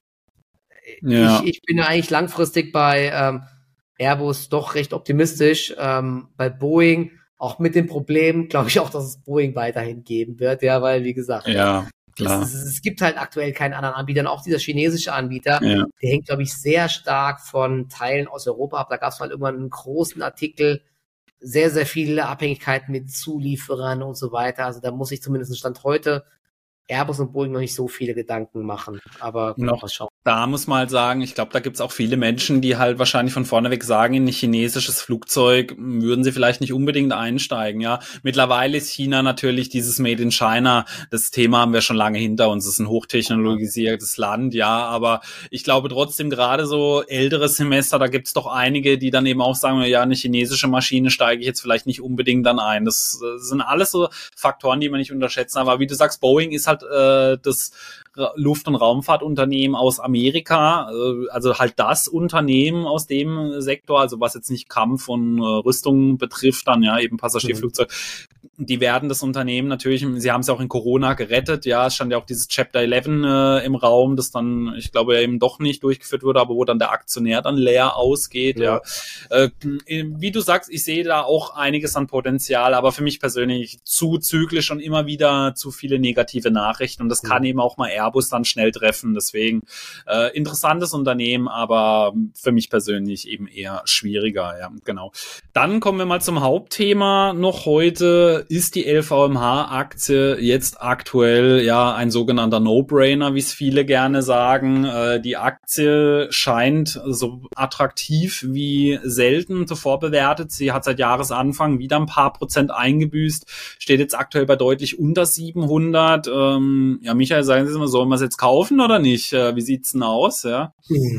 Ich bin eigentlich langfristig bei Airbus doch recht optimistisch. Bei Boeing Auch mit dem Problem, glaube ich auch, dass es Boeing weiterhin geben wird, ja, weil, wie gesagt, ja, klar. Es gibt halt aktuell keinen anderen Anbieter. Und auch dieser chinesische Anbieter, der hängt, glaube ich, sehr stark von Teilen aus Europa ab. Da gab es mal irgendwann einen großen Artikel, sehr, sehr viele Abhängigkeiten mit Zulieferern und so weiter. Also da muss ich zumindest Stand heute Airbus und Boeing noch nicht so viele Gedanken machen, aber noch was schauen. Da muss man halt sagen, ich glaube, da gibt's auch viele Menschen, die halt wahrscheinlich von vorneweg sagen, in ein chinesisches Flugzeug würden sie vielleicht nicht unbedingt einsteigen, ja. Mittlerweile ist China natürlich dieses Made in China, das Thema haben wir schon lange hinter uns, es ist ein hochtechnologisiertes Land, ja, aber ich glaube trotzdem gerade so ältere Semester, da gibt's doch einige, die dann eben auch sagen, ja, eine chinesische Maschine steige ich jetzt vielleicht nicht unbedingt dann ein. Das sind alles so Faktoren, die man nicht unterschätzen, aber wie du sagst, Boeing ist halt das Luft- und Raumfahrtunternehmen aus Amerika, also halt das Unternehmen aus dem Sektor, also was jetzt nicht Kampf und Rüstung betrifft, dann ja eben Passagierflugzeug, die werden das Unternehmen natürlich, sie haben es ja auch in Corona gerettet, ja, es stand ja auch dieses Chapter 11 im Raum, das dann, ich glaube, eben doch nicht durchgeführt wurde, aber wo dann der Aktionär dann leer ausgeht, ja. Wie du sagst, ich sehe da auch einiges an Potenzial, aber für mich persönlich zu zyklisch und immer wieder zu viele negative Nachrichten und das kann eben auch mal Airbus dann schnell treffen, deswegen interessantes Unternehmen, aber für mich persönlich eben eher schwieriger, ja, genau. Dann kommen wir mal zum Hauptthema noch heute. Ist die LVMH-Aktie jetzt aktuell ja ein sogenannter No-Brainer, wie es viele gerne sagen? Die Aktie scheint so attraktiv wie selten zuvor bewertet. Sie hat seit Jahresanfang wieder ein paar Prozent eingebüßt, steht jetzt aktuell bei deutlich unter 700. Ja, Michael, sagen Sie mal, sollen wir es jetzt kaufen oder nicht? Wie sieht's denn aus? Ja.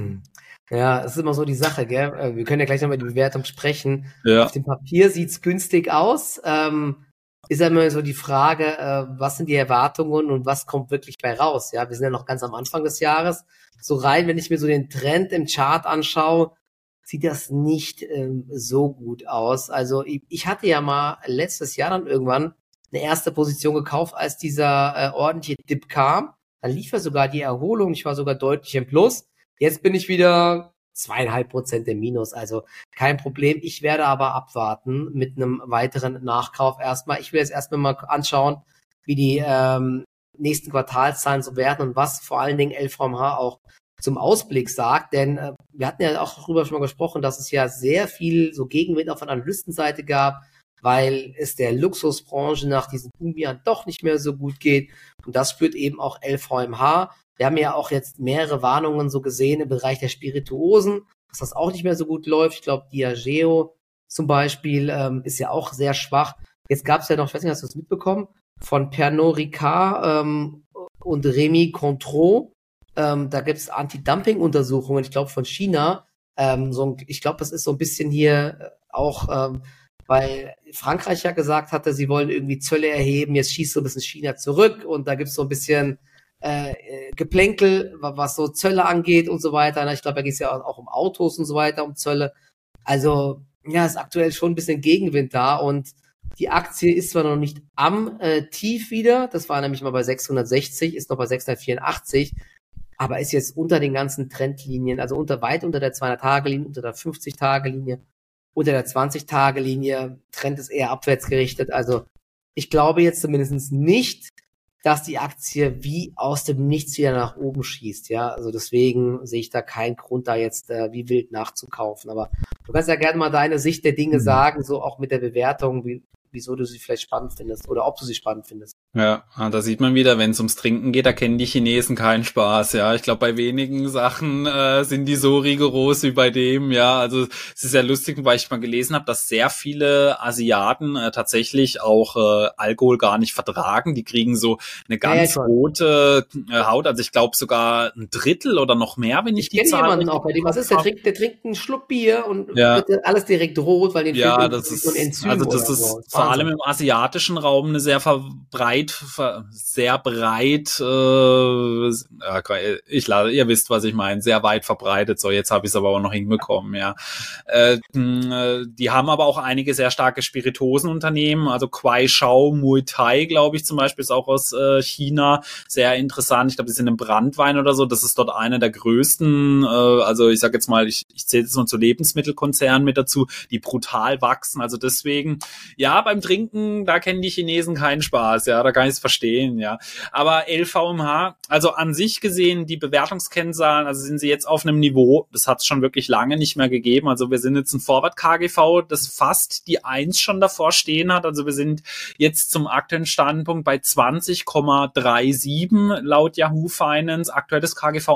Ja, es ist immer so die Sache, gell? Wir können ja gleich noch über die Bewertung sprechen. Ja. Auf dem Papier sieht's günstig aus. Ist ja immer so die Frage, was sind die Erwartungen und was kommt wirklich bei raus? Ja, wir sind ja noch ganz am Anfang des Jahres. So rein, wenn ich mir so den Trend im Chart anschaue, sieht das nicht so gut aus. Also ich hatte ja mal letztes Jahr dann irgendwann eine erste Position gekauft, als dieser ordentliche Dip kam. Dann lief ja sogar die Erholung. Ich war sogar deutlich im Plus. Jetzt bin ich wieder 2,5% im Minus. Also kein Problem. Ich werde aber abwarten mit einem weiteren Nachkauf erstmal. Ich will jetzt erstmal mal anschauen, wie die nächsten Quartalszahlen so werden und was vor allen Dingen LVMH auch zum Ausblick sagt. Denn wir hatten ja auch darüber schon mal gesprochen, dass es ja sehr viel so Gegenwind auf der Analystenseite gab, weil es der Luxusbranche nach diesen Boomjahren doch nicht mehr so gut geht. Und das spürt eben auch LVMH. Wir haben ja auch jetzt mehrere Warnungen so gesehen im Bereich der Spirituosen, dass das auch nicht mehr so gut läuft. Ich glaube, Diageo zum Beispiel ist ja auch sehr schwach. Jetzt gab es ja noch, ich weiß nicht, hast du das mitbekommen, von Pernod Ricard und Rémy Cointreau. Da gibt es Anti-Dumping-Untersuchungen, ich glaube von China. Ich glaube, das ist so ein bisschen hier auch, weil Frankreich ja gesagt hatte, sie wollen irgendwie Zölle erheben, jetzt schießt so ein bisschen China zurück und da gibt es so ein bisschen Geplänkel, was so Zölle angeht und so weiter. Ich glaube, da geht es ja auch um Autos und so weiter, um Zölle. Also, ja, ist aktuell schon ein bisschen Gegenwind da und die Aktie ist zwar noch nicht am Tief wieder, das war nämlich mal bei 660, ist noch bei 684, aber ist jetzt unter den ganzen Trendlinien, also weit unter der 200-Tage-Linie, unter der 50-Tage-Linie, unter der 20-Tage-Linie. Trend ist eher abwärts gerichtet. Also ich glaube jetzt zumindest nicht, dass die Aktie wie aus dem Nichts wieder nach oben schießt. Ja, also deswegen sehe ich da keinen Grund, da jetzt wie wild nachzukaufen. Aber du kannst ja gerne mal deine Sicht der Dinge sagen, so auch mit der Bewertung, wieso du sie vielleicht spannend findest oder ob du sie spannend findest. Ja, da sieht man wieder, wenn es ums Trinken geht, da kennen die Chinesen keinen Spaß, ja. Ich glaube, bei wenigen Sachen sind die so rigoros wie bei dem, ja. Also es ist ja lustig, weil ich mal gelesen habe, dass sehr viele Asiaten tatsächlich auch Alkohol gar nicht vertragen. Die kriegen so eine ganz rote Haut, also ich glaube sogar ein Drittel oder noch mehr, wenn ich die Zahl jemanden auch bei dem, was ist, der trinkt einen Schluck Bier und wird alles direkt rot, weil den das ist, so ein Enzym also das ist vor allem im asiatischen Raum eine sehr verbreitete sehr breit, ihr wisst, was ich meine, sehr weit verbreitet. So, jetzt habe ich es aber auch noch hinbekommen, ja. Die haben aber auch einige sehr starke Spirituosenunternehmen, also Kuaishou Muay Thai, glaube ich, zum Beispiel, ist auch aus China, sehr interessant. Ich glaube, die sind im Brandwein oder so, das ist dort einer der größten, also ich sage jetzt mal, ich zähle jetzt mal zu Lebensmittelkonzernen mit dazu, die brutal wachsen, also deswegen, ja, beim Trinken, da kennen die Chinesen keinen Spaß, ja, da kann ich es verstehen, ja. Aber LVMH, also an sich gesehen, die Bewertungskennzahlen, also sind sie jetzt auf einem Niveau, das hat es schon wirklich lange nicht mehr gegeben, also wir sind jetzt ein Forward-KGV, das fast die 1 schon davor stehen hat, also wir sind jetzt zum aktuellen Standpunkt bei 20,37 laut Yahoo Finance, aktuelles KGV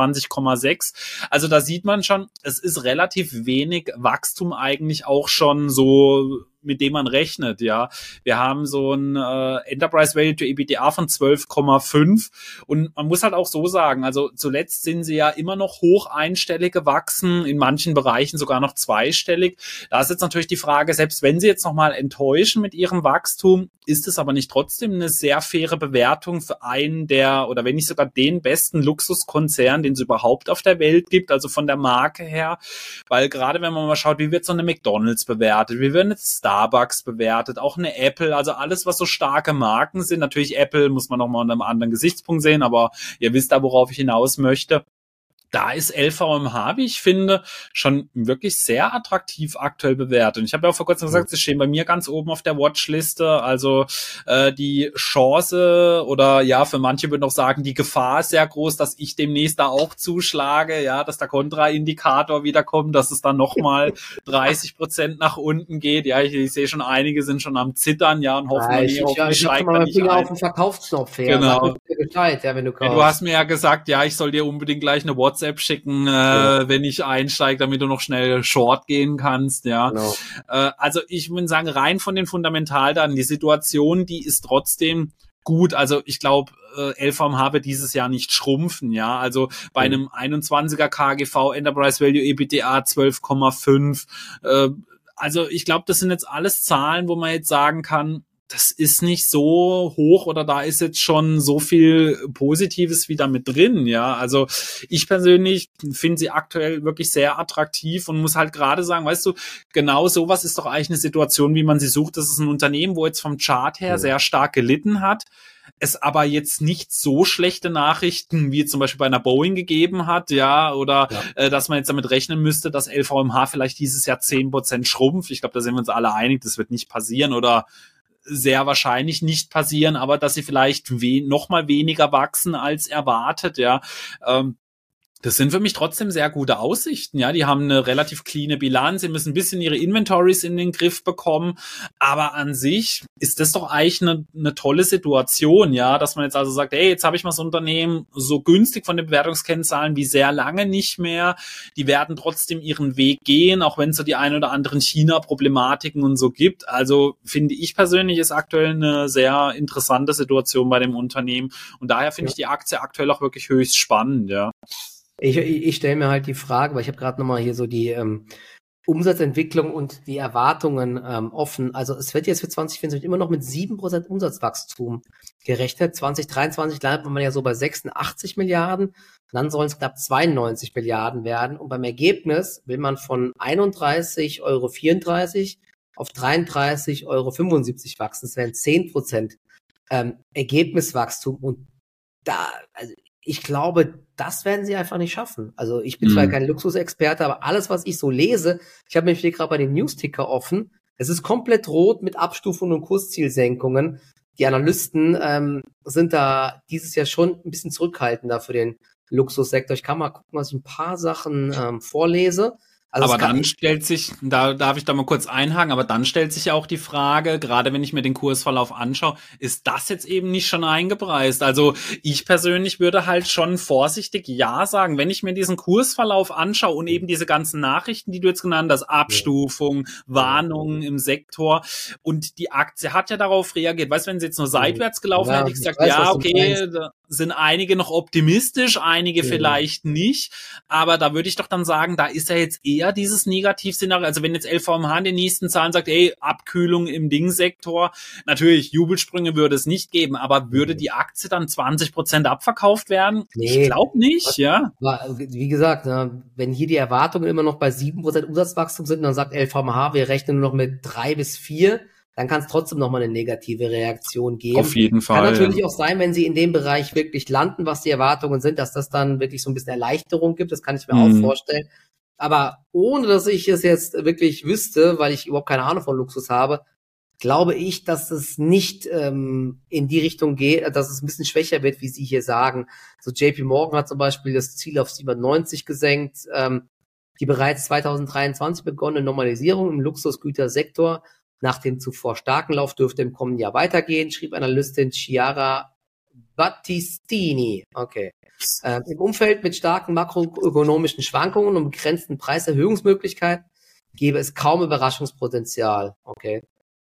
21,6, also da sieht man schon, es ist relativ wenig Wachstum eigentlich auch schon so, mit dem man rechnet, ja. Wir haben so ein Enterprise Value to EBITDA von 12,5 und man muss halt auch so sagen, also zuletzt sind sie ja immer noch hoch einstellig gewachsen, in manchen Bereichen sogar noch zweistellig. Da ist jetzt natürlich die Frage, selbst wenn sie jetzt nochmal enttäuschen mit ihrem Wachstum, ist es aber nicht trotzdem eine sehr faire Bewertung für einen der, oder wenn nicht sogar den besten Luxuskonzern, den es überhaupt auf der Welt gibt, also von der Marke her, weil gerade wenn man mal schaut, wie wird so eine McDonald's bewertet, wie wird jetzt Starbucks bewertet, auch eine Apple, also alles, was so starke Marken sind. Natürlich Apple muss man nochmal unter einem anderen Gesichtspunkt sehen, aber ihr wisst da, worauf ich hinaus möchte. Da ist LVMH, wie ich finde, schon wirklich sehr attraktiv aktuell bewertet. Und ich habe ja auch vor kurzem gesagt, sie stehen bei mir ganz oben auf der Watchliste. Also die Chance oder ja, für manche würde noch sagen, die Gefahr ist sehr groß, dass ich demnächst da auch zuschlage, ja, dass der Kontraindikator wiederkommt, dass es dann nochmal 30% nach unten geht. Ja, ich sehe schon, einige sind schon am Zittern, ja, und hoffen, ich steigt mal meinen Finger auf den Verkaufsknopf her. Genau. Bescheid, ja, wenn du kaufst. Du hast mir ja gesagt, ja, ich soll dir unbedingt gleich eine WhatsApp schicken, wenn ich einsteige, damit du noch schnell Short gehen kannst, ja. Genau. Also ich würde sagen, rein von den Fundamentaldaten, die Situation, die ist trotzdem gut. Also ich glaube, LVMH wird dieses Jahr nicht schrumpfen, ja. Also bei einem 21er KGV, Enterprise Value EBITDA 12,5. Also ich glaube, das sind jetzt alles Zahlen, wo man jetzt sagen kann, das ist nicht so hoch oder da ist jetzt schon so viel Positives wieder mit drin, ja. Also ich persönlich finde sie aktuell wirklich sehr attraktiv und muss halt gerade sagen, weißt du, genau sowas ist doch eigentlich eine Situation, wie man sie sucht. Das ist ein Unternehmen, wo jetzt vom Chart her sehr stark gelitten hat, es aber jetzt nicht so schlechte Nachrichten wie zum Beispiel bei einer Boeing gegeben hat, ja, oder dass man jetzt damit rechnen müsste, dass LVMH vielleicht dieses Jahr 10% schrumpft. Ich glaube, da sind wir uns alle einig, das wird nicht passieren oder sehr wahrscheinlich nicht passieren, aber dass sie vielleicht noch mal weniger wachsen als erwartet, ja. Das sind für mich trotzdem sehr gute Aussichten, ja. Die haben eine relativ cleane Bilanz, sie müssen ein bisschen ihre Inventories in den Griff bekommen, aber an sich ist das doch eigentlich eine tolle Situation, ja, dass man jetzt also sagt, hey, jetzt habe ich mal so ein Unternehmen so günstig von den Bewertungskennzahlen wie sehr lange nicht mehr. Die werden trotzdem ihren Weg gehen, auch wenn es so die ein oder anderen China-Problematiken und so gibt. Also finde ich persönlich ist aktuell eine sehr interessante Situation bei dem Unternehmen und daher finde ich die Aktie aktuell auch wirklich höchst spannend, ja. Ich stelle mir halt die Frage, weil ich habe gerade nochmal hier so die Umsatzentwicklung und die Erwartungen offen. Also es wird jetzt für 2024 immer noch mit 7% Umsatzwachstum gerechnet. 2023 landet man ja so bei 86 Milliarden. Dann sollen es knapp 92 Milliarden werden. Und beim Ergebnis will man von 31,34 Euro auf 33,75 Euro wachsen. Das wären 10% Ergebniswachstum. Und da, also ich glaube, das werden sie einfach nicht schaffen. Also ich bin zwar kein Luxusexperte, aber alles, was ich so lese, ich habe mich hier gerade bei den Newsticker offen, es ist komplett rot mit Abstufungen und Kurszielsenkungen. Die Analysten sind da dieses Jahr schon ein bisschen zurückhaltender für den Luxussektor. Ich kann mal gucken, was ich ein paar Sachen vorlese. Also aber dann stellt sich, da darf ich da mal kurz einhaken, aber dann stellt sich ja auch die Frage, gerade wenn ich mir den Kursverlauf anschaue, ist das jetzt eben nicht schon eingepreist? Also ich persönlich würde halt schon vorsichtig ja sagen, wenn ich mir diesen Kursverlauf anschaue und eben diese ganzen Nachrichten, die du jetzt genannt hast, Abstufung, Warnungen im Sektor und die Aktie hat ja darauf reagiert. Weißt du, wenn sie jetzt nur seitwärts gelaufen hätte, ich gesagt, ja, okay, sind einige noch optimistisch, einige vielleicht nicht. Aber da würde ich doch dann sagen, da ist ja jetzt eher dieses Negativszenario. Also wenn jetzt LVMH in den nächsten Zahlen sagt, Abkühlung im Dingsektor, natürlich, Jubelsprünge würde es nicht geben, aber würde die Aktie dann 20% abverkauft werden? Nee. Ich glaube nicht, ja. Wie gesagt, wenn hier die Erwartungen immer noch bei 7% Umsatzwachstum sind, dann sagt LVMH, wir rechnen nur noch mit 3 bis 4, dann kann es trotzdem nochmal eine negative Reaktion geben. Auf jeden Fall. Kann natürlich auch sein, wenn sie in dem Bereich wirklich landen, was die Erwartungen sind, dass das dann wirklich so ein bisschen Erleichterung gibt. Das kann ich mir auch vorstellen. Aber ohne, dass ich es jetzt wirklich wüsste, weil ich überhaupt keine Ahnung von Luxus habe, glaube ich, dass es nicht in die Richtung geht, dass es ein bisschen schwächer wird, wie Sie hier sagen. So JP Morgan hat zum Beispiel das Ziel auf 97 gesenkt. Die bereits 2023 begonnene Normalisierung im Luxusgütersektor nach dem zuvor starken Lauf dürfte im kommenden Jahr weitergehen, schrieb Analystin Chiara Battistini. Okay. Im Umfeld mit starken makroökonomischen Schwankungen und begrenzten Preiserhöhungsmöglichkeiten gäbe es kaum Überraschungspotenzial. Okay.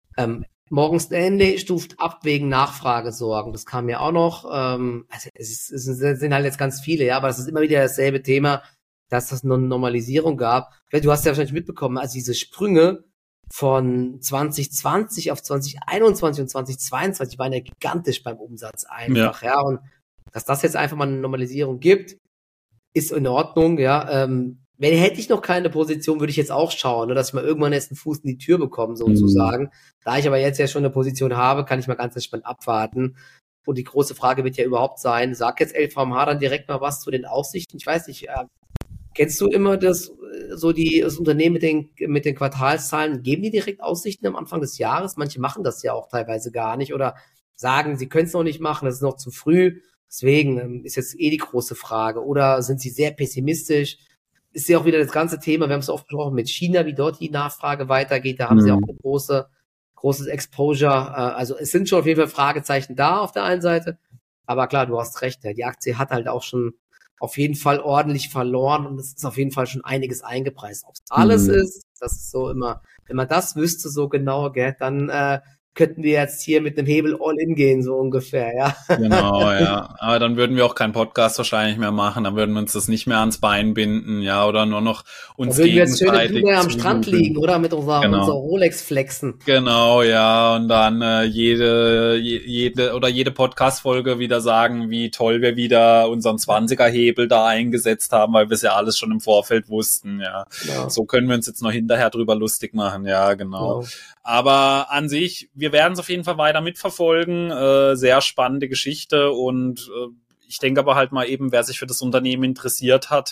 Morgan Stanley stuft ab wegen Nachfragesorgen. Das kam ja auch noch. Also es sind halt jetzt ganz viele, ja, aber es ist immer wieder dasselbe Thema, dass es eine Normalisierung gab. Du hast ja wahrscheinlich mitbekommen, also diese Sprünge von 2020 auf 2021 und 2022 waren ja gigantisch beim Umsatz einfach, ja. Und dass das jetzt einfach mal eine Normalisierung gibt, ist in Ordnung, ja. Hätte ich noch keine Position, würde ich jetzt auch schauen, dass ich mal irgendwann erst einen Fuß in die Tür bekomme, sozusagen. Da ich aber jetzt ja schon eine Position habe, kann ich mal ganz entspannt abwarten. Und die große Frage wird ja überhaupt sein, sag jetzt LVMH dann direkt mal was zu den Aussichten? Ich weiß nicht, kennst du immer das Unternehmen mit den Quartalszahlen, geben die direkt Aussichten am Anfang des Jahres? Manche machen das ja auch teilweise gar nicht oder sagen, sie können es noch nicht machen, das ist noch zu früh. Deswegen ist jetzt die große Frage. Oder sind sie sehr pessimistisch? Ist ja auch wieder das ganze Thema, wir haben es oft besprochen mit China, wie dort die Nachfrage weitergeht. Da haben sie auch ein großes Exposure. Also es sind schon auf jeden Fall Fragezeichen da auf der einen Seite. Aber klar, du hast recht. Die Aktie hat halt auch schon auf jeden Fall ordentlich verloren und es ist auf jeden Fall schon einiges eingepreist. Ob es alles ist, das ist so immer, wenn man das wüsste so genau, gell, dann könnten wir jetzt hier mit einem Hebel All-In gehen, so ungefähr, ja. Genau, ja. Aber dann würden wir auch keinen Podcast wahrscheinlich mehr machen, dann würden wir uns das nicht mehr ans Bein binden, ja, oder nur noch uns gegenseitig. Dann würden wir jetzt schön am Strand liegen, oder? Mit unserer Rolex flexen. Genau, ja, und dann jede Podcast-Folge wieder sagen, wie toll wir wieder unseren 20er-Hebel da eingesetzt haben, weil wir es ja alles schon im Vorfeld wussten, ja. So können wir uns jetzt noch hinterher drüber lustig machen, ja, genau. Aber an sich, wir werden es auf jeden Fall weiter mitverfolgen. Sehr spannende Geschichte und ich denke aber halt mal eben, wer sich für das Unternehmen interessiert hat,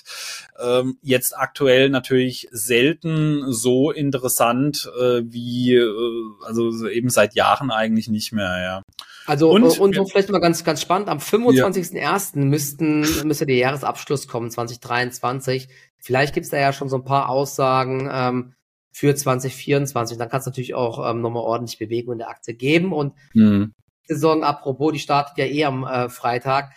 jetzt aktuell natürlich selten so interessant wie, also eben seit Jahren eigentlich nicht mehr, ja. Also und so vielleicht mal ganz, ganz spannend, am 25.01. müsste der Jahresabschluss kommen, 2023. Vielleicht gibt's da ja schon so ein paar Aussagen, für 2024. Dann kann es natürlich auch nochmal ordentlich Bewegung in der Aktie geben. Und die Saison, apropos, die startet ja am Freitag.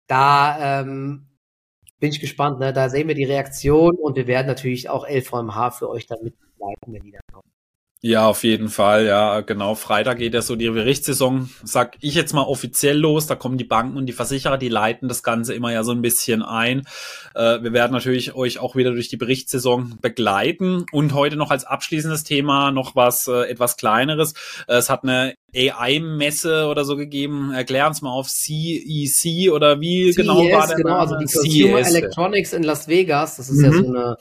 Da bin ich gespannt. Ne? Da sehen wir die Reaktion und wir werden natürlich auch LVMH für euch dann mitbegleiten, wenn die da kommen. Ja, auf jeden Fall, ja, genau. Freitag geht ja so die Berichtssaison, sag ich jetzt mal offiziell los. Da kommen die Banken und die Versicherer, die leiten das Ganze immer ja so ein bisschen ein. Wir werden natürlich euch auch wieder durch die Berichtssaison begleiten. Und heute noch als abschließendes Thema noch was etwas Kleineres. Es hat eine AI-Messe oder so gegeben. Erklär uns mal auf CEC oder wie CES, genau war der Name? Also die Consumer Electronics in Las Vegas. Das ist ja so eine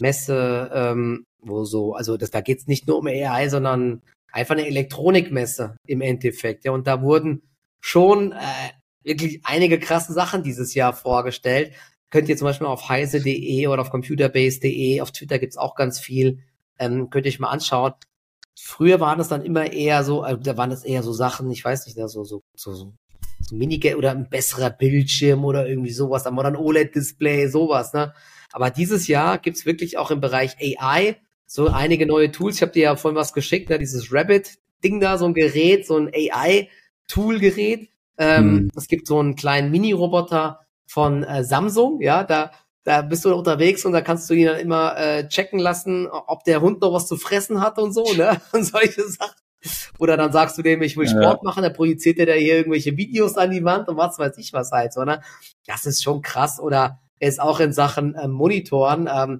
Messe, da geht's nicht nur um AI, sondern einfach eine Elektronikmesse im Endeffekt. Ja, und da wurden schon wirklich einige krasse Sachen dieses Jahr vorgestellt. Könnt ihr zum Beispiel auf heise.de oder auf computerbase.de, auf Twitter gibt's auch ganz viel, könnt ihr euch mal anschauen. Früher waren das dann immer eher so, da waren das eher so Sachen, ich weiß nicht, so Minigame oder ein besserer Bildschirm oder irgendwie sowas, oder ein OLED-Display, sowas, ne? Aber dieses Jahr gibt's wirklich auch im Bereich AI so einige neue Tools. Ich habe dir ja vorhin was geschickt, ne? Dieses Rabbit-Ding da, so ein Gerät, so ein AI-Tool-Gerät. Es gibt so einen kleinen Mini-Roboter von Samsung, ja, da bist du unterwegs und da kannst du ihn dann immer checken lassen, ob der Hund noch was zu fressen hat und so, ne? Und solche Sachen. Oder dann sagst du dem, ich will Sport machen, dann projiziert der da hier irgendwelche Videos an die Wand und was weiß ich was halt, so, ne? Das ist schon krass. Oder er ist auch in Sachen Monitoren,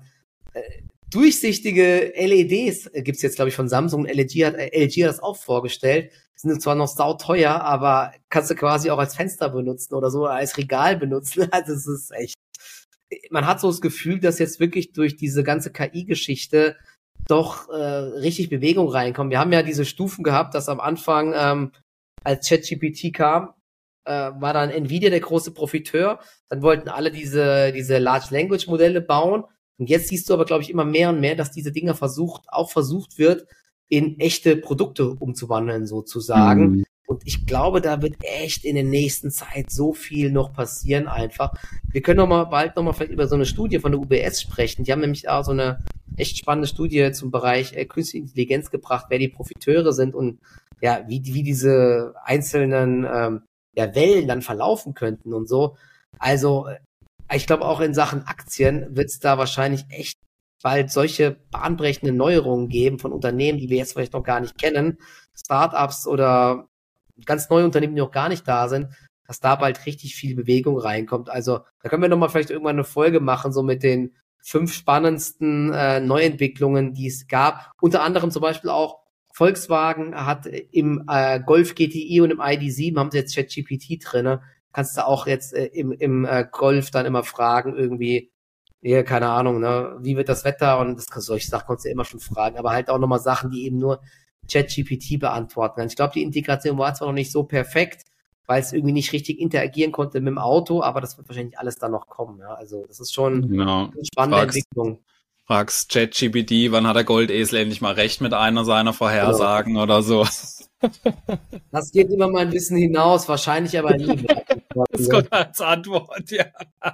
durchsichtige LEDs gibt's jetzt, glaube ich, von Samsung. LG hat das auch vorgestellt. Sind zwar noch sauteuer, aber kannst du quasi auch als Fenster benutzen oder so, oder als Regal benutzen. Also es ist echt, man hat so das Gefühl, dass jetzt wirklich durch diese ganze KI-Geschichte doch richtig Bewegung reinkommt. Wir haben ja diese Stufen gehabt, dass am Anfang, als ChatGPT kam, war dann Nvidia der große Profiteur. Dann wollten alle diese Large Language Modelle bauen. Und jetzt siehst du aber, glaube ich, immer mehr und mehr, dass diese Dinger versucht wird, in echte Produkte umzuwandeln, sozusagen. Mhm. Und ich glaube, da wird echt in der nächsten Zeit so viel noch passieren einfach. Wir können bald noch mal vielleicht über so eine Studie von der UBS sprechen. Die haben nämlich auch so eine echt spannende Studie zum Bereich Künstliche Intelligenz gebracht, wer die Profiteure sind und ja, wie diese einzelnen Wellen dann verlaufen könnten und so. Also ich glaube, auch in Sachen Aktien wird es da wahrscheinlich echt bald solche bahnbrechenden Neuerungen geben von Unternehmen, die wir jetzt vielleicht noch gar nicht kennen, Startups oder ganz neue Unternehmen, die noch gar nicht da sind, dass da bald richtig viel Bewegung reinkommt. Also da können wir nochmal vielleicht irgendwann eine Folge machen, so mit den 5 spannendsten Neuentwicklungen, die es gab. Unter anderem zum Beispiel auch Volkswagen hat im Golf GTI und im ID.7 haben sie jetzt ChatGPT drinne. Kannst du auch jetzt im Golf dann immer fragen, irgendwie, ja, keine Ahnung, ne, wie wird das Wetter? Und solche Sachen konntest du ja immer schon fragen, aber halt auch nochmal Sachen, die eben nur ChatGPT beantworten kann. Ich glaube, die Integration war zwar noch nicht so perfekt, weil es irgendwie nicht richtig interagieren konnte mit dem Auto, aber das wird wahrscheinlich alles dann noch kommen. Ja? Also das ist schon eine spannende Entwicklung. Fragst ChatGPT, wann hat der Goldesel endlich mal recht mit einer seiner Vorhersagen oder so? Das geht immer mal ein bisschen hinaus, wahrscheinlich aber nie. Das kommt als Antwort, ja.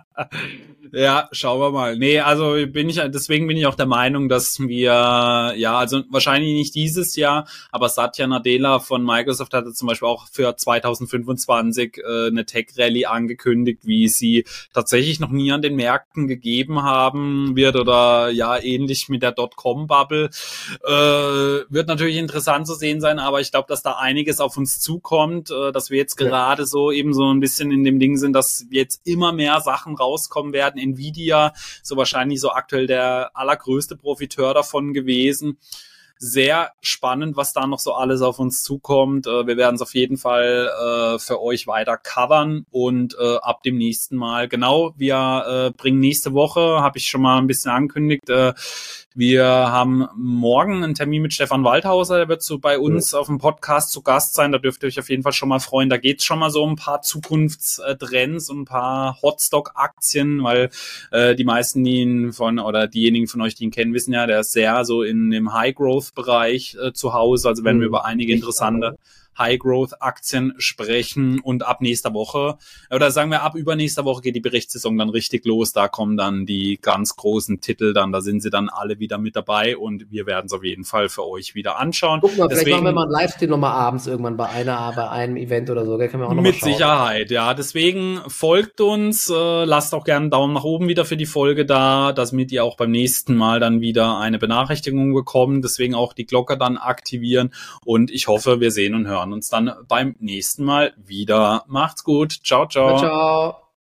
Ja, schauen wir mal. Nee, also deswegen bin ich auch der Meinung, dass wir, ja, also wahrscheinlich nicht dieses Jahr, aber Satya Nadella von Microsoft hatte zum Beispiel auch für 2025 eine Tech-Rally angekündigt, wie sie tatsächlich noch nie an den Märkten gegeben haben wird oder ja, ähnlich mit der Dotcom-Bubble. Wird natürlich interessant zu sehen sein, aber ich glaube, dass da einiges auf uns zukommt, dass wir jetzt gerade so eben so ein bisschen in dem Ding sind, dass jetzt immer mehr Sachen rauskommen werden. Nvidia, so wahrscheinlich so aktuell der allergrößte Profiteur davon gewesen. Sehr spannend, was da noch so alles auf uns zukommt. Wir werden es auf jeden Fall für euch weiter covern und ab dem nächsten Mal, genau, wir bringen nächste Woche, habe ich schon mal ein bisschen angekündigt, wir haben morgen einen Termin mit Stefan Waldhauser, der wird so bei uns auf dem Podcast zu Gast sein, da dürft ihr euch auf jeden Fall schon mal freuen, da geht's schon mal so um ein paar Zukunftstrends und ein paar Hotstock-Aktien, weil die meisten, diejenigen von euch, die ihn kennen, wissen ja, der ist sehr so in dem High-Growth-Bereich zu Hause, also werden wir über einige interessante High-Growth-Aktien sprechen und ab nächster Woche, oder sagen wir ab übernächster Woche geht die Berichtssaison dann richtig los, da kommen dann die ganz großen Titel dann, da sind sie dann alle wieder mit dabei und wir werden es auf jeden Fall für euch wieder anschauen. Guck mal, vielleicht machen wir mal einen Livestream nochmal abends irgendwann bei einem Event oder so, können wir auch noch mit Sicherheit, ja, deswegen folgt uns, lasst auch gerne einen Daumen nach oben wieder für die Folge da, damit ihr auch beim nächsten Mal dann wieder eine Benachrichtigung bekommt, deswegen auch die Glocke dann aktivieren und ich hoffe, wir sehen und hören uns dann beim nächsten Mal wieder. Macht's gut. Ciao, ciao. Ciao, ciao.